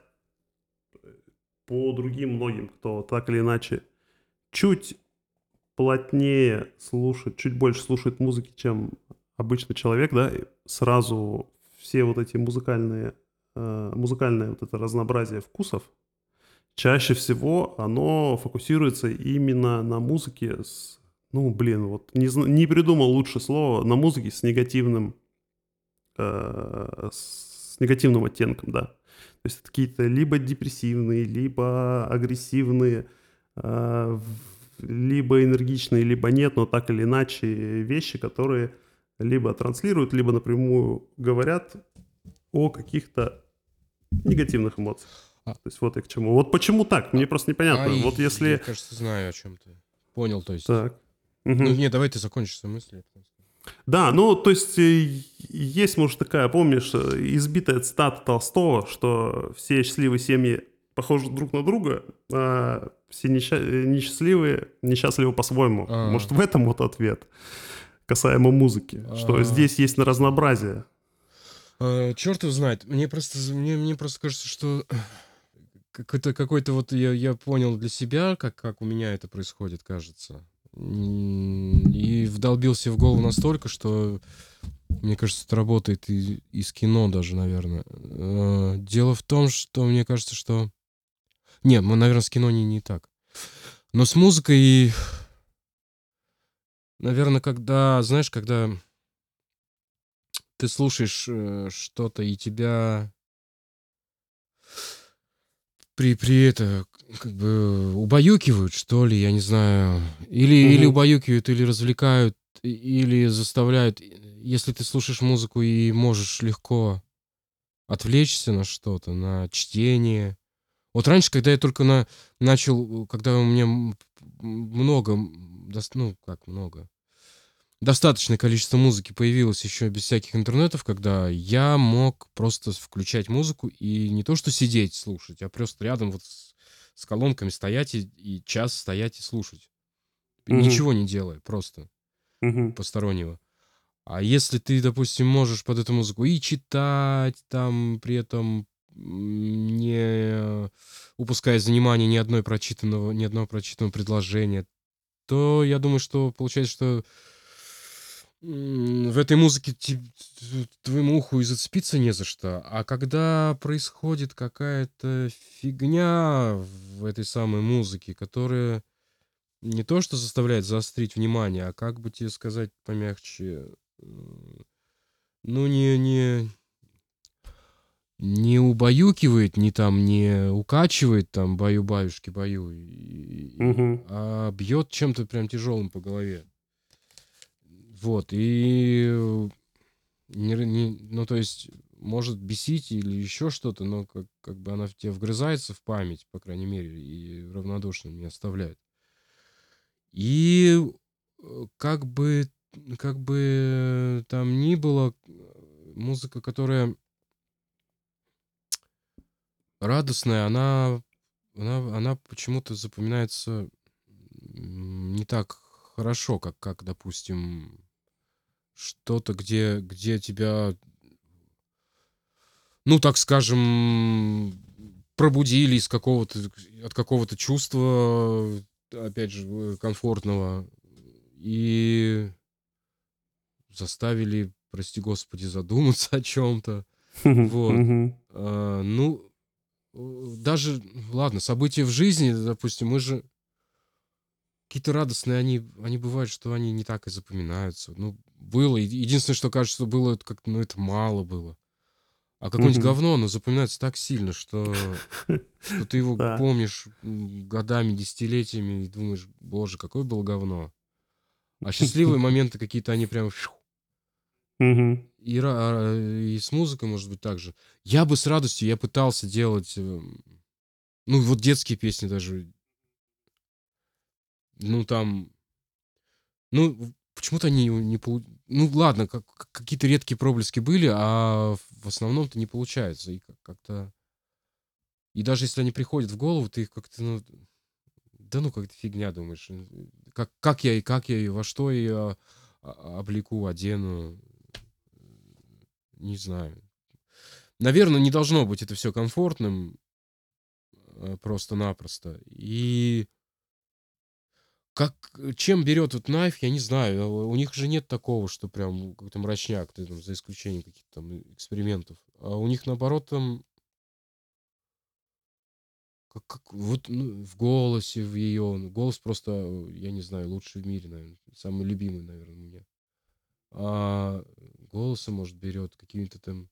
по другим многим, кто так или иначе чуть плотнее слушает, чуть больше слушает музыки, чем обычный человек, да, и сразу все вот эти музыкальные, э, музыкальное вот это разнообразие вкусов, чаще всего оно фокусируется именно на музыке с, ну, блин, вот не, зна- не придумал лучше слова, на музыке с негативным, э, с негативным оттенком, да. То есть это какие-то либо депрессивные, либо агрессивные, а, в- либо энергичные, либо нет, но так или иначе вещи, которые либо транслируют, либо напрямую говорят о каких-то негативных эмоциях. А, То есть вот и к чему. Вот почему так? а, Мне просто а непонятно. и Вот я, если... кажется, знаю, о чем ты. Понял, то есть. Так. Ну, Мгм. не, давай ты закончишь свою мысль. я потом скажу. Да, ну, то есть э, есть, может, такая, помнишь, э, избитая цитата Толстого, что все счастливые семьи похожи друг на друга, а все несча- э, несчастливые несчастливы по-своему. А, Может, в этом вот ответ касаемо музыки, что а, здесь есть на разнообразие. а, черт его знает. Мне просто, з- мне, мне просто кажется, что какой-то, какой-то вот я, я понял для себя, как, как у меня это происходит, кажется. М, И вдолбился в голову настолько, что, мне кажется, это работает и из кино даже, наверное. Э, Дело в том, что мне кажется, что... Не, мы, наверное, с кино не, не так. Но с музыкой, наверное, когда, знаешь, когда ты слушаешь э, что-то, и тебя при, при это как бы убаюкивают, что ли, я не знаю. Или, или Мгм. убаюкивают, или развлекают, и- или заставляют. Если ты слушаешь музыку и можешь легко отвлечься на что-то, на чтение. Вот раньше, когда я только на, начал, когда у меня м- много, м, дос- ну, как много, достаточное количество музыки появилось еще без всяких интернетов, когда я мог просто включать музыку и не то что сидеть слушать, а просто рядом вот с, с колонками стоять и, и час стоять и слушать. Мгм. Ничего не делая, просто Мгм. постороннего. А если ты, допустим, можешь под эту музыку и читать, там, при этом м, не упуская из внимания ни одной прочитанного, ни одного прочитанного предложения, то я думаю, что получается, что м, в этой музыке те- т- твоему уху и зацепиться не за что. А когда происходит какая-то фигня в этой самой музыке, которая не то что заставляет заострить внимание, а как бы тебе сказать помягче, м, ну не, не, не убаюкивает, не там, не укачивает там баю-баюшки баю, и- и- Мгм. а бьет чем-то прям тяжелым по голове. Вот, и э, не, р- не- ну, то есть, может бесить или еще что-то, но как, как бы она в тебе вгрызается в память, по крайней мере, и равнодушным не оставляет. И э, как бы, как бы там ни было, э, музыка, которая радостная, она, она, она почему-то запоминается м, не так хорошо, как, как, допустим, что-то, где, где тебя, ну, так скажем, пробудили из какого-то, от какого-то чувства, опять же, э, комфортного, и заставили, прости господи, задуматься о чем-то. Вот. Мгм. А, ну, э, даже, ладно, события в жизни, допустим, мы же какие-то радостные, они, они бывают, что они не так и запоминаются. Ну, было. Еди- Единственное, что кажется, что было, это как, ну, это мало было. А какое-нибудь Мгм. говно, оно запоминается так сильно, что, что ты его Да. помнишь м, годами, десятилетиями и думаешь, боже, какое было говно. А счастливые моменты какие-то, они прям... фью. Мгм. И, ра- а, и с музыкой, может быть, так же. Я бы с радостью, я пытался делать, эм, ну, вот детские песни даже, ну, там, ну, в- почему-то они не полу... Ну, ладно, как, как- какие-то редкие проблески были, а в основном-то не получается. И как- как-то... И даже если они приходят в голову, ты их как-то, ну, да ну, как-то фигня, думаешь. э, как, как я и как я и во что я облеку, одену, не знаю. Наверное, не должно быть это все комфортным э, просто-напросто. И как, чем берет вот Knife, я не знаю. У них же нет такого, что прям какой-то мрачняк, ты там, за исключением каких-то там экспериментов. А у них, наоборот, там как, как вот ну, в голосе, в ее... Голос просто, я не знаю, лучший в мире, наверное. Самый любимый, наверное, у меня. А голосом, может, берет какими-то там...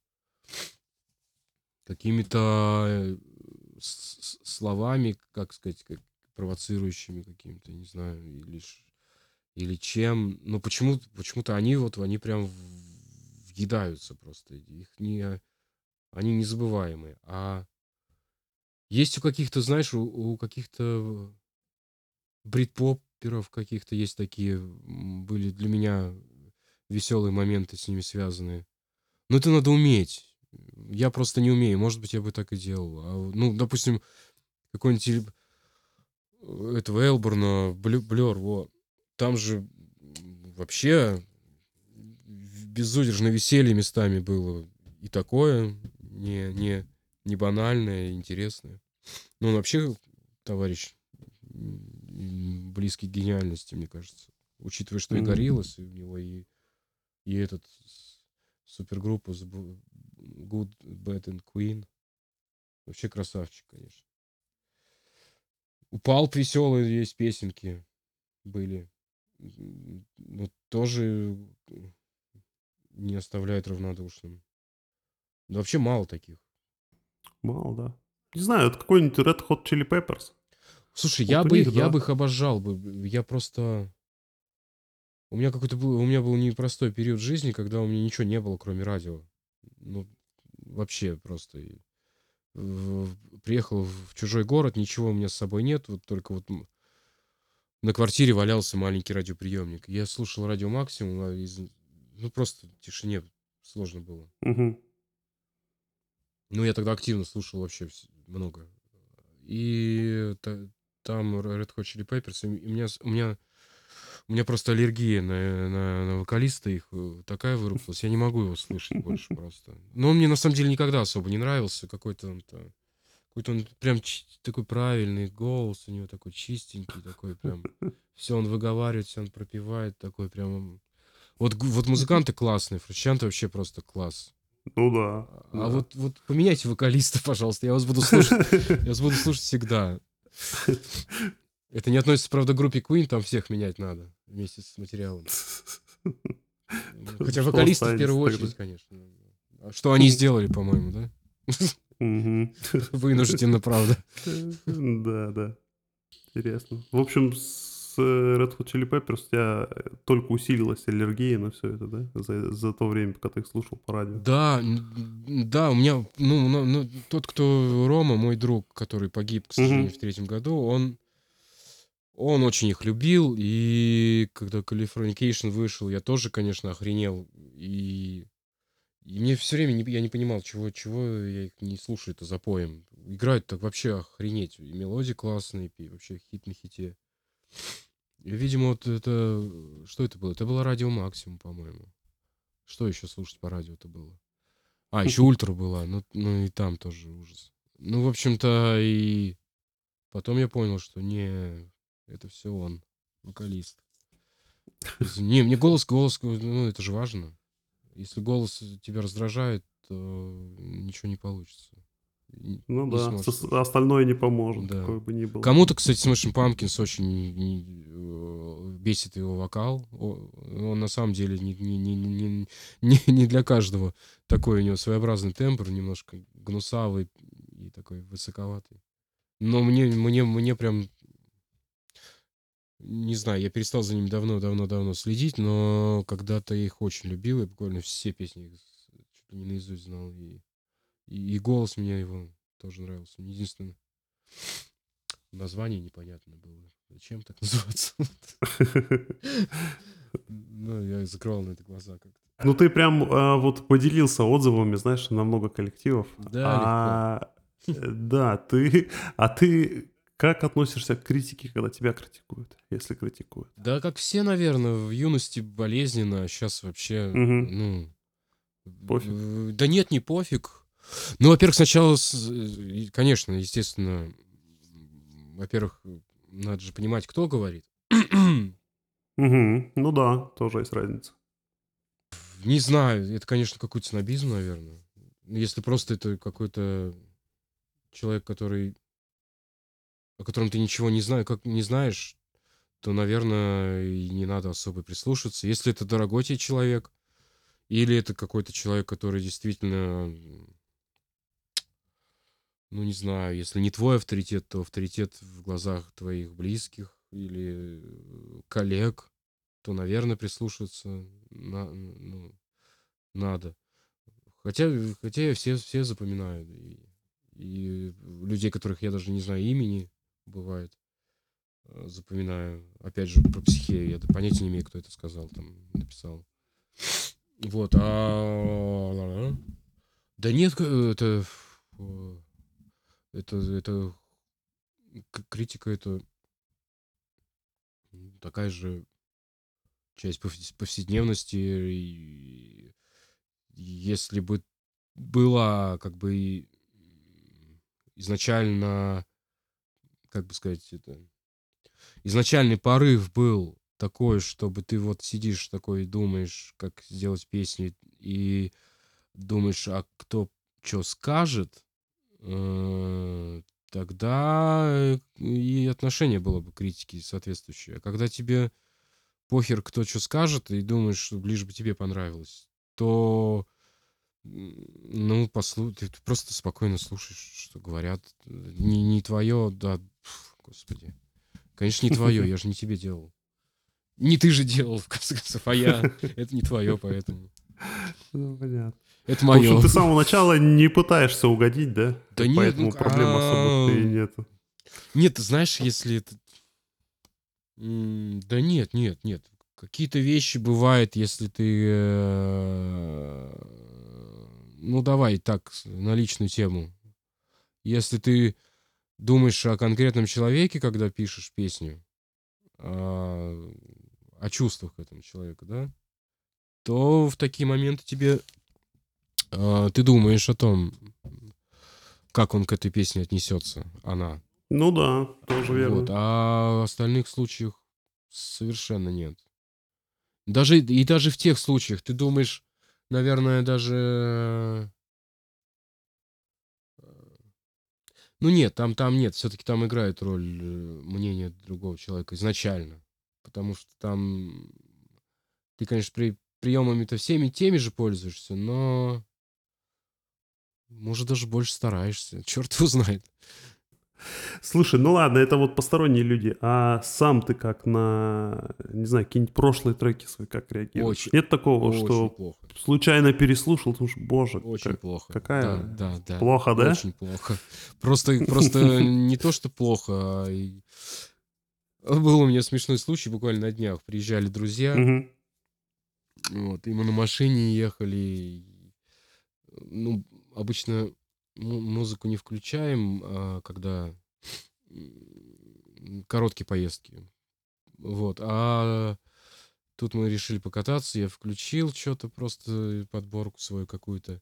Какими-то э, с- с- словами, как сказать, как провоцирующими какими-то, не знаю, или, ш- или чем. Но почему, почему-то они вот, они прям в- въедаются просто. Их не, они незабываемые. А есть у каких-то, знаешь, у, у каких-то брит-поперов каких-то есть такие, м, были для меня веселые моменты с ними связанные. Но это надо уметь. Я просто не умею. Может быть, я бы так и делал. А, ну, допустим, какой-нибудь теле- э, этого Элборна, Блю- Блёр, во. Там же м, вообще безудержное веселье местами было. И такое не, не, не банальное, интересное. Ну, он вообще товарищ м, близкий к гениальности, мне кажется. Учитывая, что и Мгм. Гориллас, и у него и, и этот с- супергруппа The Bu- Good, Bad and Queen. Вообще красавчик, конечно. У Палп веселые есть песенки были. М, Ну, тоже э, не оставляет равнодушным. Да вообще мало таких. Мало, да. Не знаю, это какой-нибудь Red Hot Chili Peppers. Слушай, я Вот у бы их, них, я да. бы их обожал бы. Я просто... У меня какой-то был, у меня был непростой период жизни, когда у меня ничего не было, кроме радио. Ну, вообще просто. И в- Приехал в чужой город, ничего у меня с собой нет, вот только вот м- на квартире валялся маленький радиоприемник. Я слушал радио Максимум, а из... ну просто в тишине сложно было. Мгм. Ну, я тогда активно слушал вообще вс- много. И та- там Red Hot Chili Peppers, и у меня, с- у меня, у меня просто аллергия на, на, на вокалиста их э, такая выработалась, я не могу его слышать больше просто. Но он мне на самом деле никогда особо не нравился, какой-то он, та- какой-то он прям чи- такой правильный голос у него такой чистенький, такой прям, все он выговаривает, все он пропевает, такой прям... Вот, г- вот музыканты классные, Фрущанты вообще просто класс. Ну да, А а да. вот, вот поменяйте вокалиста, пожалуйста, я вас буду слушать, я вас буду слушать всегда. Это не относится, правда, к группе Queen, там всех менять надо вместе с материалом. Ну, хотя Что вокалисты в останется первую тогда? очередь, конечно. А что они сделали, по-моему, да? Мгм. Вынужденно, правда. Э, Да, да. Интересно. В общем, с э, Red Hot Chili Peppers у тебя э, только усилилась аллергия на все это, да? За, за то время, пока ты их слушал по радио. Да, н- да, у меня, ну, ну, ну, тот, кто Рома, мой друг, который погиб, к Мгм. сожалению, в третьем году, он, он очень их любил, и когда Californication вышел, я тоже, конечно, охренел, и И мне все время не, я не понимал, чего, чего я их не слушаю-то запоем. Играют так вообще охренеть. И мелодии классные, и вообще хит на хите. И, видимо, вот это... Что это было? Это было Радио Максимум, по-моему. Что еще слушать по радио это было? А, еще Ультра была. Ну, ну и там тоже ужас. Ну, в общем-то, и потом я понял, что не... Это все он, вокалист. Из- Не, мне голос, голос, ну, это же важно. Если голос тебя раздражает, то ничего не получится. Н- Ну Не да, сможешь сос- слушать. остальное не поможет, Да. какое бы ни было. Кому-то, кстати, Smashing Pumpkins очень не- э, бесит его вокал. О- Он на самом деле не, не, не, не, не, не для каждого. Такой у него своеобразный тембр, немножко гнусавый и такой высоковатый. Но мне, мне, мне прям, не знаю, я перестал за ним давно-давно-давно следить, но когда-то я их очень любил, я буквально все песни их с- чуть ли не наизусть знал. И, и, и голос мне его тоже нравился. Единственное, название непонятно было. Зачем так называться? Ну, я закрывал на это глаза как-то. Ну, ты прям а, вот поделился отзывами, знаешь, на много коллективов. Да, легко. А, э, да, ты, а ты Как относишься к критике, когда тебя критикуют, если критикуют? Да, как все, наверное, в юности болезненно, а сейчас вообще, Мгм. ну, Пофиг. в- да нет, не пофиг. Ну, во-первых, сначала, с- и, конечно, естественно, м, во-первых, надо же понимать, кто говорит. Мгм. Ну да, тоже есть разница. Не знаю, это, конечно, какой-то снобизм, наверное. Если просто это какой-то человек, который, о котором ты ничего не знаешь, как не знаешь, то, наверное, и не надо особо прислушиваться. Если это дорогой тебе человек, или это какой-то человек, который действительно, м, ну, не знаю, если не твой авторитет, то авторитет в глазах твоих близких или э, коллег, то, наверное, прислушиваться на- ну, надо. Хотя, хотя я все, все запоминаю. И, и людей, которых я даже не знаю имени, бывает, э, запоминаю. Опять же, про психею. Я понятия не имею, кто это сказал, там, написал. Вот, а... Да нет, к- это... э, Это, это к- критика, это м, такая же часть повс- повседневности. И если бы была как бы и, м, изначально, как бы сказать, это, изначальный порыв был такой, чтобы ты вот сидишь такой и думаешь, как сделать песню, и думаешь, а кто что скажет, э, тогда э, и отношение было бы критики соответствующее. А когда тебе похер, кто что скажет, и думаешь, что лишь бы тебе понравилось, то, м, ну, послу... ты ты просто спокойно слушаешь, что говорят. Не, не твое, да, пф, господи. Конечно, не твое, я же не тебе делал. Не ты же делал, в конце концов, а я. Это не твое, поэтому. Ну, понятно. Это В общем, мое. ты с самого начала не пытаешься угодить, да? И Да нет, ну, поэтому проблем особых и а, нету. нет, ты знаешь, если это... м, Да нет, нет, нет. Какие-то вещи бывают, если ты... э, Ну, давай так, с- на личную тему. Если ты думаешь о конкретном человеке, когда пишешь песню, а, о чувствах к этому человеку, да, то в такие моменты тебе... а, Ты думаешь о том, как он к этой песне отнесется, она. Ну да, тоже Вот. верно. А в остальных случаях совершенно нет. Даже и даже в тех случаях ты думаешь, наверное, даже, э, ну нет, там там нет, все таки там играет роль, э, мнение другого человека изначально. Потому что там ты, конечно, при приемами-то всеми теми же пользуешься, но, может, даже больше стараешься. Черт его знает. Слушай, ну ладно, это вот посторонние люди. А сам ты как на, не знаю, какие-нибудь прошлые треки свои как реагируешь? Очень Нет такого, очень что плохо. случайно переслушал, думаешь, боже, Очень как, плохо. Да, какая да, да. плохо, да? Очень плохо. Просто просто не то, что плохо, а и был у меня смешной случай буквально на днях. Приезжали друзья, Мгм. вот, и мы на машине ехали. И, ну, обычно му музыку не включаем, а, когда, м, короткие поездки. Вот, а тут мы решили покататься. Я включил что то просто подборку свою какую-то.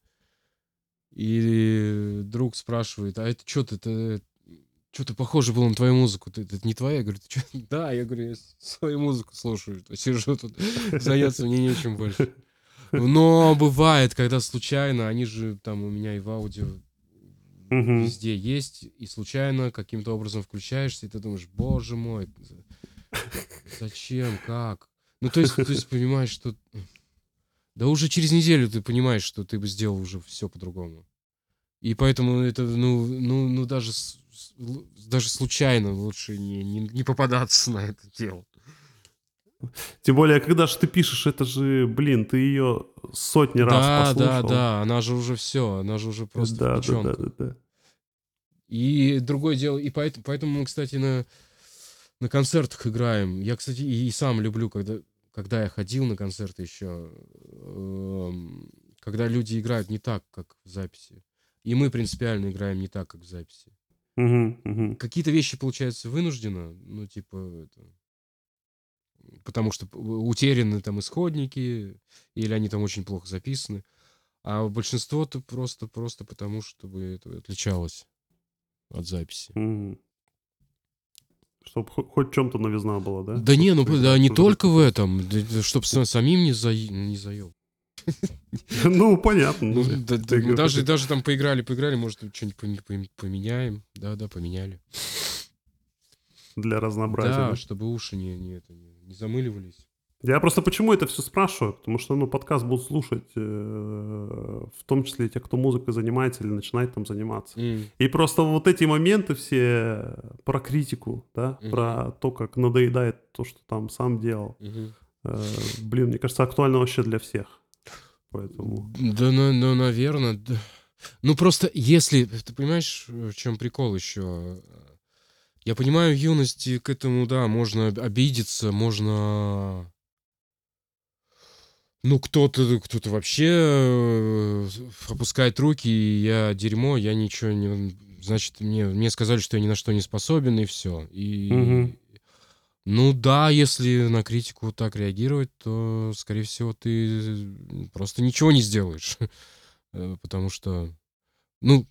И друг спрашивает: "А это что ты, это чё-то похоже было на твою музыку. Ты это не твоя?" Я говорю: "Ты чё?" "Да." Я говорю: "Я с свою музыку слушаю. То сижу тут, заняться мне нечем больше". Но бывает, когда случайно, они же там у меня и в аудио Мгм. везде есть, и случайно каким-то образом включаешься, и ты думаешь: "Боже мой, з зачем? Как?" Ну, то есть то есть понимаешь, что да уже через неделю ты понимаешь, что ты бы сделал уже все по-другому. И поэтому это, ну ну ну, даже с с лу даже случайно лучше не не не попадаться на это дело. Тем более, когда же ты пишешь, это же, блин, ты ее сотни раз Да, да, послушал. да, она же уже все, она же уже Э, просто в Да, да, да, да, печёнках. да. И другое дело, и поэт поэтому мы, кстати, на на концертах играем. Я, кстати, и и сам люблю, когда когда я ходил на концерты еще, эм, когда люди играют не так, как в записи. И мы принципиально играем не так, как в записи. Мгм, мгм. Какие-то вещи получаются вынужденно, ну, типа, это, потому что п- утеряны там исходники, или они там очень плохо записаны. А большинство-то просто, просто потому, чтобы это отличалось от записи. Мгм. Чтоб хо- хоть в чем-то новизна была, да? Да Чтоб не, ну п- да поиграть, не пожрать только в удовольствие. этом, чтобы самим не, за... не заел. Ну, понятно. Ну, Ну, я- да- да, ты мы г- даже, хоть- даже там поиграли, поиграли, может, что-нибудь пом- пом- поменяем. Да, да, поменяли. для разнообразия, Да, да? чтобы уши не, не, это, не, не замыливались. Я просто почему это все спрашиваю? Потому что, ну, подкаст будут слушать, э, в том числе и те, кто музыкой занимается или начинает там заниматься. М, И просто вот эти моменты все про критику, да, мгм, про то, как надоедает то, что там сам делал. мгм. Э, блин, мне кажется, актуально вообще для всех. Поэтому... Да, ну, ну, наверное. Ну, просто если... Ты понимаешь, в чем прикол еще? Я понимаю, в юности к этому, да, можно об- обидеться, можно... Ну, кто-то кто-то вообще э, опускает руки, и я дерьмо, я ничего не... Значит, мне, мне сказали, что я ни на что не способен, и все. Мгм. И... Ну да, если на критику так реагировать, то, скорее всего, ты просто ничего не сделаешь. Э, Потому что, ну,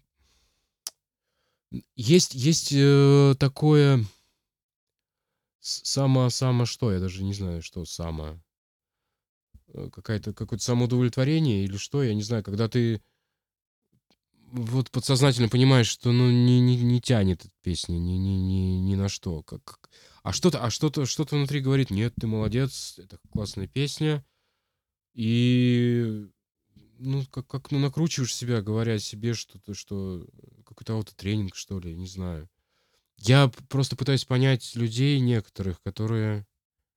есть, есть э, такое с- само, само что, я даже не знаю, что само. Э, Какая-то, какое-то самоудовлетворение или что, я не знаю, когда ты вот подсознательно понимаешь, что ну не, не, не тянет эта песня ни, ни, ни, ни на что. Как, как- А что-то, а что-то, что-то внутри говорит, нет, ты молодец, это классная песня. И ну, как, как ну, накручиваешь себя, говоря себе что-то, что какой-то аутотренинг, что ли, не знаю. Я п- просто пытаюсь понять людей некоторых, которые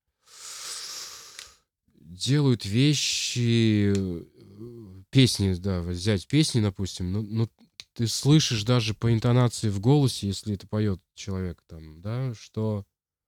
делают вещи, э, песни, да, вот взять песни, допустим, ну, ну, ты слышишь даже по интонации в голосе, если это поет человек там, да, что,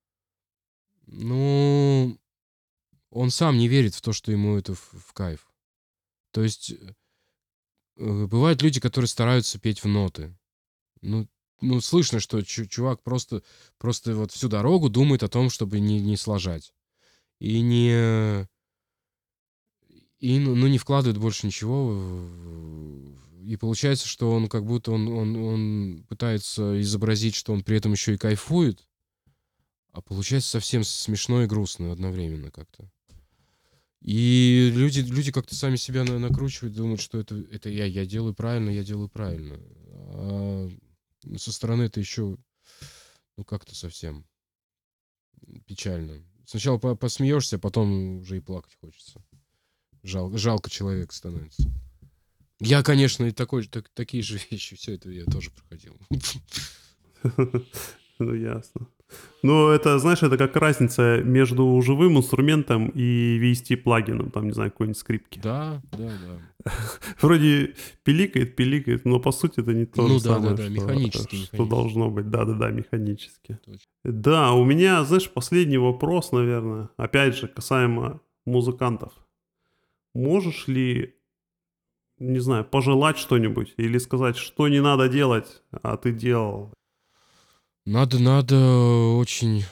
ну, он сам не верит в то, что ему это в, в кайф. То есть э, бывают люди, которые стараются петь в ноты. Ну, ну слышно, что чу- чувак просто, просто вот всю дорогу думает о том, чтобы не, не сложать. И не, и, ну, ну, не вкладывает больше ничего. в- И получается, что он как будто он, он, он пытается изобразить, что он при этом еще и кайфует, а получается совсем смешно и грустно одновременно как-то. И люди, люди как-то сами себя на- накручивают, думают, что это, это я, я делаю правильно, я делаю правильно. А со стороны это еще, ну, как-то совсем печально. Сначала по- посмеешься, а потом уже и плакать хочется. Жал, жалко человека становится. Я, конечно, и такой, же- так, такие же вещи, все это я тоже проходил. Ну, ясно. Ну, это, знаешь, это как разница между живым инструментом и ви эс ти-плагином, там, не знаю, какой-нибудь скрипки. Да, да, да. Вроде пиликает, пиликает, но по сути это не то же Ну да, да, самое, да, что, механически, что механически. должно быть. Да-да-да, механически. Точно. Да, у меня, знаешь, последний вопрос, наверное, опять же, касаемо музыкантов. Можешь ли, не знаю, пожелать что-нибудь или сказать, что не надо делать, а ты делал? Надо, надо очень...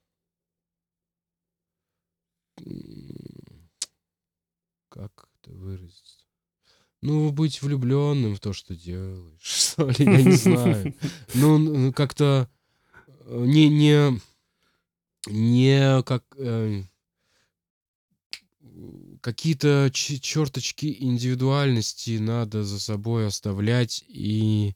м, Как это выразиться? Ну, быть влюбленным в то, что делаешь, что ли, я не знаю. Ну, ну, как-то э, не, не, не как... э, какие-то ч- черточки индивидуальности надо за собой оставлять и,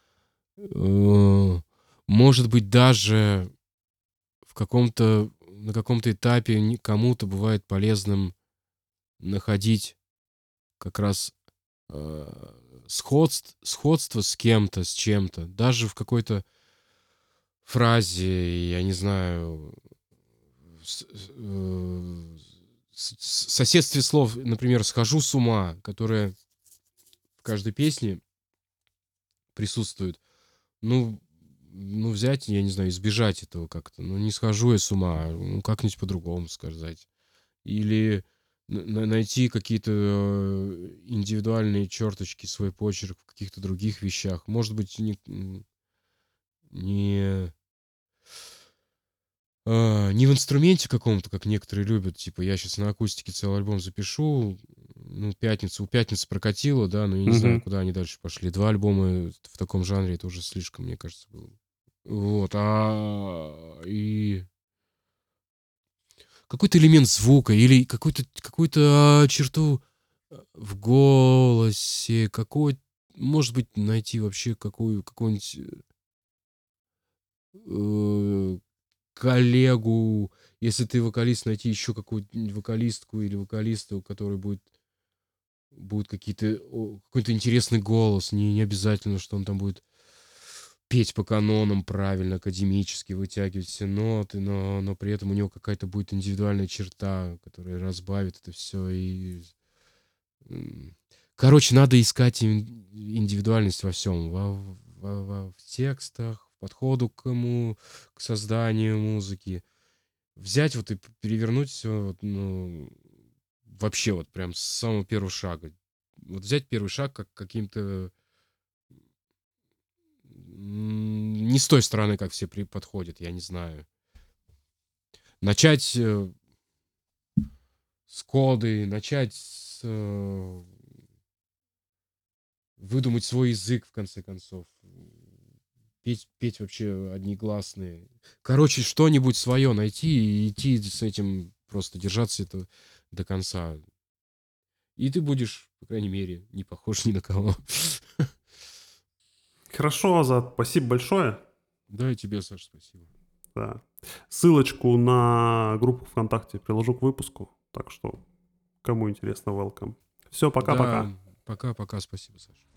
э, может быть, даже в каком-то на каком-то этапе не- кому-то бывает полезным находить как раз э, сходств, сходство с кем-то, с чем-то, даже в какой-то фразе, я не знаю, с- э, с- с- соседстве слов, например, «схожу с ума», которое в каждой песне присутствует. Ну, ну, взять, я не знаю, избежать этого как-то. Ну, не схожу я с ума, ну, как-нибудь по-другому сказать. Или н- на- найти какие-то э, индивидуальные черточки, свой почерк в каких-то других вещах. Может быть, не, м, не, а, не в инструменте каком-то, как некоторые любят. Типа, я сейчас на акустике целый альбом запишу. Ну, пятницу, у пятницы прокатило, да, но я не знаю, Мгм. куда они дальше пошли. Два альбома в таком жанре, это уже слишком, мне кажется, было. Вот, а и какой-то элемент звука или какую-то какую-то а, черту а, в голосе, какой, может быть, найти вообще какую какую-нибудь э, коллегу, если ты вокалист, найти еще какую-нибудь вокалистку или вокалиста, у которой будет будут какие-то о, какой-то интересный голос, не, не обязательно, что он там будет петь по канонам правильно, академически, вытягивать все ноты, но, но при этом у него какая-то будет индивидуальная черта, которая разбавит это все. И... м, Короче, надо искать ин- индивидуальность во всем. Во, во- во- в текстах, в подходу к, му- к созданию музыки. Взять вот и п- перевернуть все, ну, вообще вот прям с самого первого шага. Вот взять первый шаг как каким-то м, не с той стороны, как все при- подходят, я не знаю. Начать э, с коды, начать с, э, выдумать свой язык, в конце концов. Петь, петь вообще одни Короче, что-нибудь свое найти и идти с этим, просто держаться это до конца. И ты будешь, по крайней мере, не похож ни на кого. Хорошо, Азат, спасибо большое. Да, и тебе, Саша, спасибо. Да. Ссылочку на группу ВКонтакте приложу к выпуску. Так что, кому интересно, welcome. Все, Да, пока-пока. пока-пока, спасибо, Саша.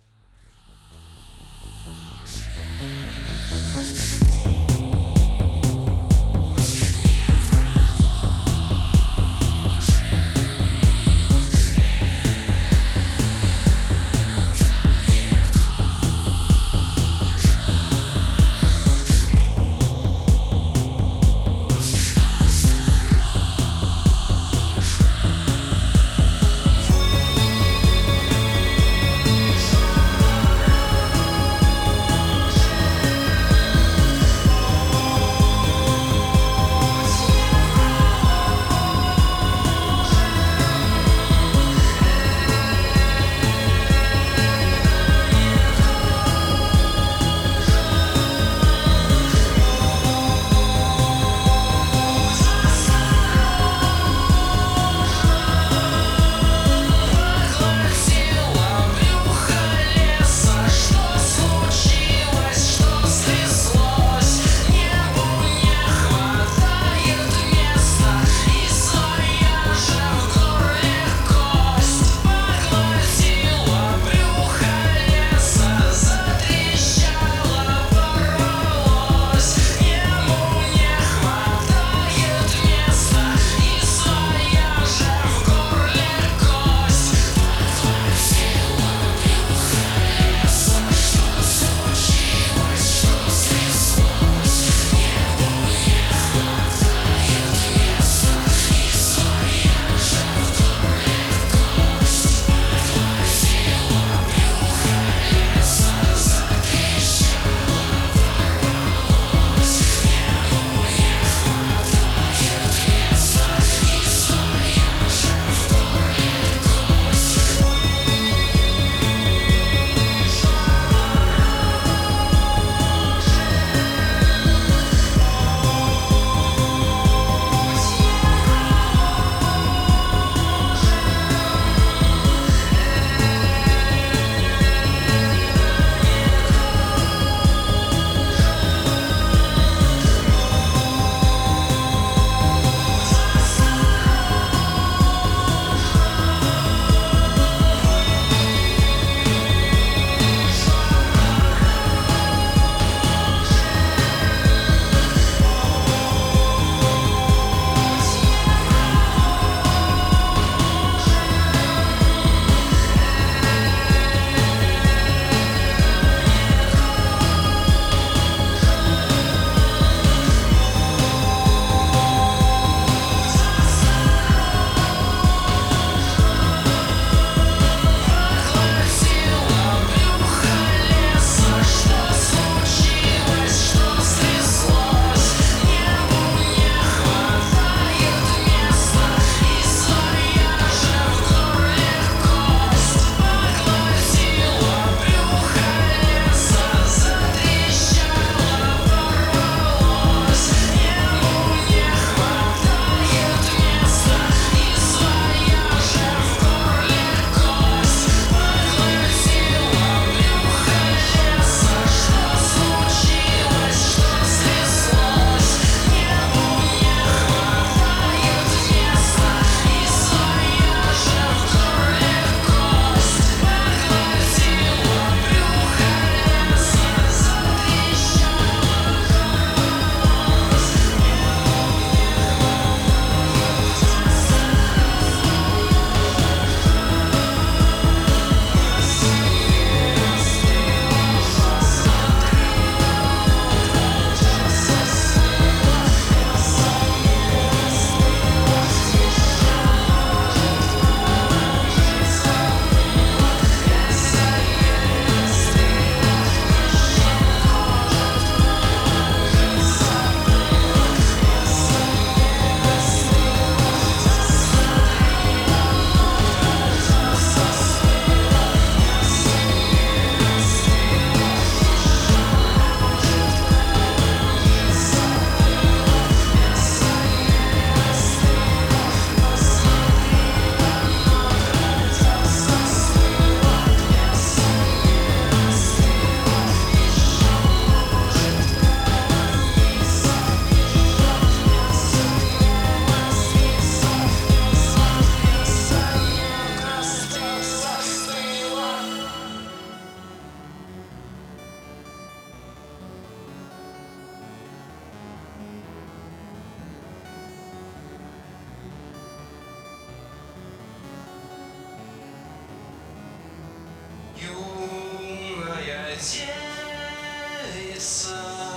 надеется.